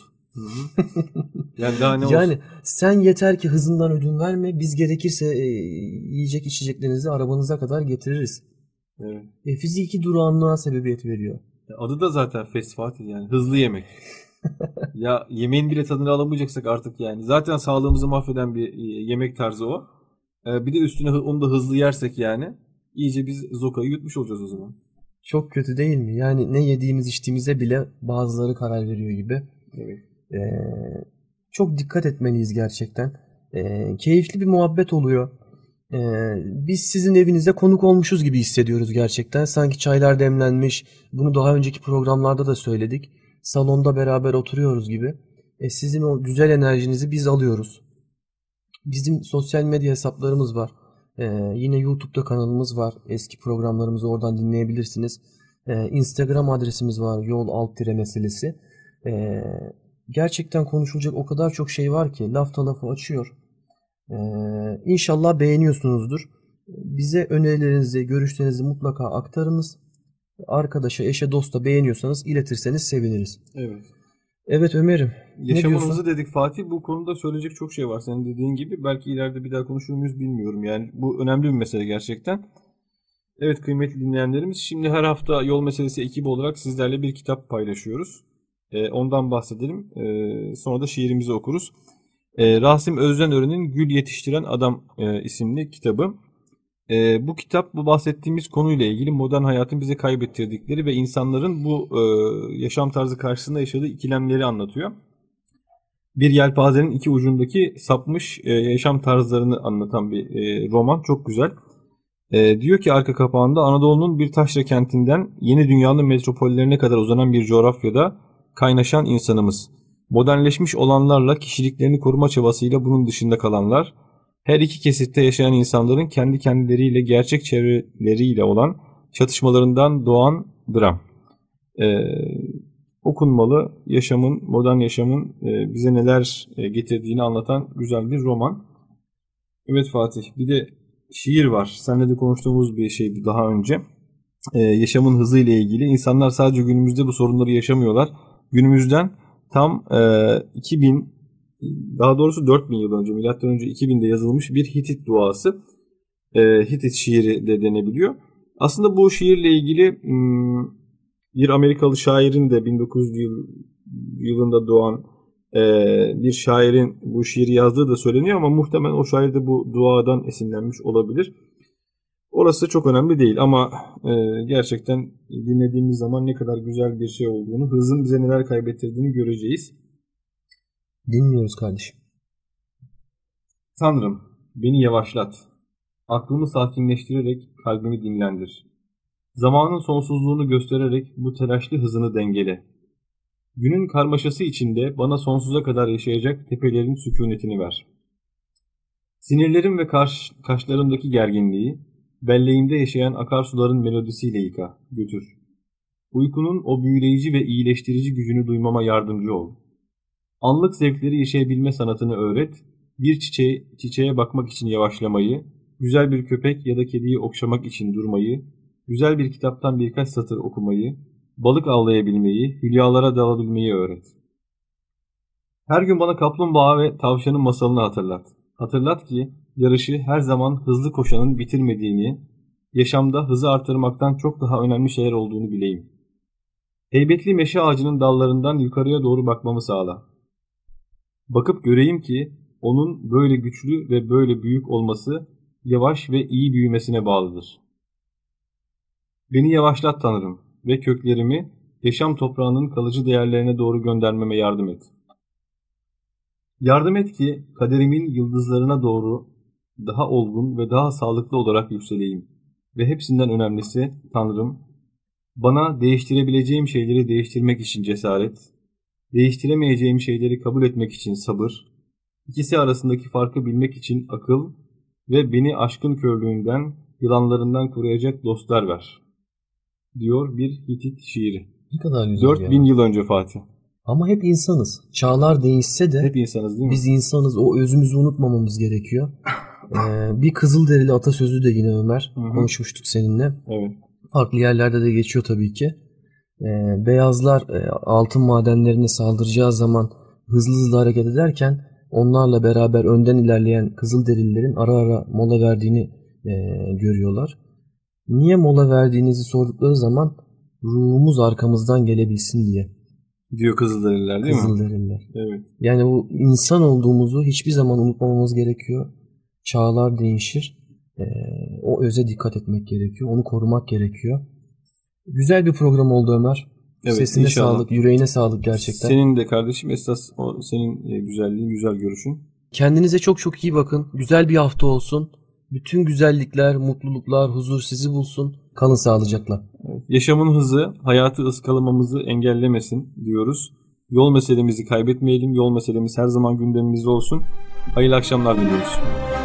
Yani daha ne olsun? Yani sen yeter ki hızından ödün verme. Biz gerekirse yiyecek içeceklerinizi arabanıza kadar getiririz. Evet. Fiziki durağanlığa sebebiyet veriyor. Adı da zaten fast food yani hızlı yemek. Ya yemeğin bile tadını alamayacaksak artık yani. Zaten sağlığımızı mahveden bir yemek tarzı o. Bir de üstüne onu da hızlı yersek yani iyice biz zokayı yutmuş olacağız o zaman. Çok kötü değil mi? Yani ne yediğimiz içtiğimize bile bazıları karar veriyor gibi. Evet. Çok dikkat etmeliyiz gerçekten. Keyifli bir muhabbet oluyor. Biz sizin evinizde konuk olmuşuz gibi hissediyoruz gerçekten. Sanki çaylar demlenmiş. Bunu daha önceki programlarda da söyledik. Salonda beraber oturuyoruz gibi. Sizin o güzel enerjinizi biz alıyoruz. Bizim sosyal medya hesaplarımız var. Yine YouTube'da kanalımız var. Eski programlarımızı oradan dinleyebilirsiniz. Instagram adresimiz var. Yol_meselesi. Gerçekten konuşulacak o kadar çok şey var ki lafta lafı açıyor. İnşallah beğeniyorsunuzdur. Bize önerilerinizi, görüşlerinizi mutlaka aktarınız. Arkadaşa, eşe, dosta beğeniyorsanız iletirseniz seviniriz. Evet. Evet Ömer'im. Yaşamımızı dedik Fatih. Bu konuda söyleyecek çok şey var. Senin dediğin gibi. Belki ileride bir daha konuşur muyuz bilmiyorum. Yani bu önemli bir mesele gerçekten. Evet kıymetli dinleyenlerimiz. Şimdi her hafta Yol Meselesi ekibi olarak sizlerle bir kitap paylaşıyoruz. Ondan bahsedelim. Sonra da şiirimizi okuruz. Rasim Özdenören'in Gül Yetiştiren Adam isimli kitabı. Bu kitap bu bahsettiğimiz konuyla ilgili modern hayatın bize kaybettirdikleri ve insanların bu yaşam tarzı karşısında yaşadığı ikilemleri anlatıyor. Bir yelpazenin iki ucundaki sapmış yaşam tarzlarını anlatan bir roman. Çok güzel. Diyor ki arka kapağında Anadolu'nun bir taşra kentinden yeni dünyanın metropollerine kadar uzanan bir coğrafyada kaynaşan insanımız. Modernleşmiş olanlarla kişiliklerini koruma çabasıyla bunun dışında kalanlar. Her iki kesitte yaşayan insanların kendi kendileriyle gerçek çevreleriyle olan çatışmalarından doğan dram. Okunmalı, modern yaşamın bize neler getirdiğini anlatan güzel bir roman. Evet Fatih, bir de şiir var. Seninle de konuştuğumuz bir şeydi daha önce. Yaşamın hızıyla ilgili. İnsanlar sadece günümüzde bu sorunları yaşamıyorlar. Günümüzden tam 2000, daha doğrusu 4000 yıl önce, milattan önce 2000'de yazılmış bir Hitit duası. Hitit şiiri de denebiliyor. Aslında bu şiirle ilgili bir Amerikalı şairin de 1900 yılında doğan bir şairin bu şiiri yazdığı da söyleniyor ama muhtemelen o şair de bu duadan esinlenmiş olabilir. Orası çok önemli değil ama gerçekten dinlediğimiz zaman ne kadar güzel bir şey olduğunu, hızın bize neler kaybettirdiğini göreceğiz. Dinliyoruz kardeşim. Tanrım, beni yavaşlat. Aklımı sakinleştirerek kalbimi dinlendir. Zamanın sonsuzluğunu göstererek bu telaşlı hızını dengele. Günün karmaşası içinde bana sonsuza kadar yaşayacak tepelerin sükunetini ver. Sinirlerim ve kaşlarımdaki gerginliği, belleğimde yaşayan akarsuların melodisiyle yıka, götür. Uykunun o büyüleyici ve iyileştirici gücünü duymama yardımcı ol. Anlık zevkleri yaşayabilme sanatını öğret, bir çiçeğe bakmak için yavaşlamayı, güzel bir köpek ya da kediyi okşamak için durmayı, güzel bir kitaptan birkaç satır okumayı, balık avlayabilmeyi, hülyalara dalabilmeyi öğret. Her gün bana kaplumbağa ve tavşanın masalını hatırlat. Hatırlat ki yarışı her zaman hızlı koşanın bitirmediğini, yaşamda hızı artırmaktan çok daha önemli şeyler olduğunu bileyim. Heybetli meşe ağacının dallarından yukarıya doğru bakmamı sağla. Bakıp göreyim ki onun böyle güçlü ve böyle büyük olması yavaş ve iyi büyümesine bağlıdır. Beni yavaşlat Tanrım ve köklerimi yaşam toprağının kalıcı değerlerine doğru göndermeme yardım et. Yardım et ki kaderimin yıldızlarına doğru daha olgun ve daha sağlıklı olarak yükseleyim. Ve hepsinden önemlisi Tanrım, bana değiştirebileceğim şeyleri değiştirmek için cesaret, değiştiremeyeceğim şeyleri kabul etmek için sabır, ikisi arasındaki farkı bilmek için akıl ve beni aşkın körlüğünden, yılanlarından koruyacak dostlar ver, diyor bir Hitit şiiri. Ne kadar güzel 4000 yıl önce Fatih. Ama hep insanız. Çağlar değişse de Hep insanız değil mi? biz insanız. O özümüzü unutmamamız gerekiyor. Bir Kızılderili atasözü de yine Ömer. Hı hı. Konuşmuştuk seninle. Evet. Farklı yerlerde de geçiyor tabii ki. Beyazlar altın madenlerine saldıracağı zaman hızlı hızlı hareket ederken onlarla beraber önden ilerleyen Kızılderililerin ara ara mola verdiğini görüyorlar. Niye mola verdiğinizi sordukları zaman ruhumuz arkamızdan gelebilsin diye. Diyor Kızılderililer değil mi? Kızılderililer. Evet. Yani bu insan olduğumuzu hiçbir zaman unutmamamız gerekiyor. Çağlar değişir. O öze dikkat etmek gerekiyor. Onu korumak gerekiyor. Güzel bir program oldu Ömer. Evet, Sesine inşallah. sağlık, yüreğine sağlık gerçekten. Senin de kardeşim esas o senin güzelliğin, güzel görüşün. Kendinize çok çok iyi bakın. Güzel bir hafta olsun. Bütün güzellikler, mutluluklar, huzur sizi bulsun. Kalın sağlıcakla. Evet. Yaşamın hızı hayatı ıskalamamızı engellemesin diyoruz. Yol meselemizi kaybetmeyelim. Yol meselemiz her zaman gündemimizde olsun. Hayırlı akşamlar diliyoruz.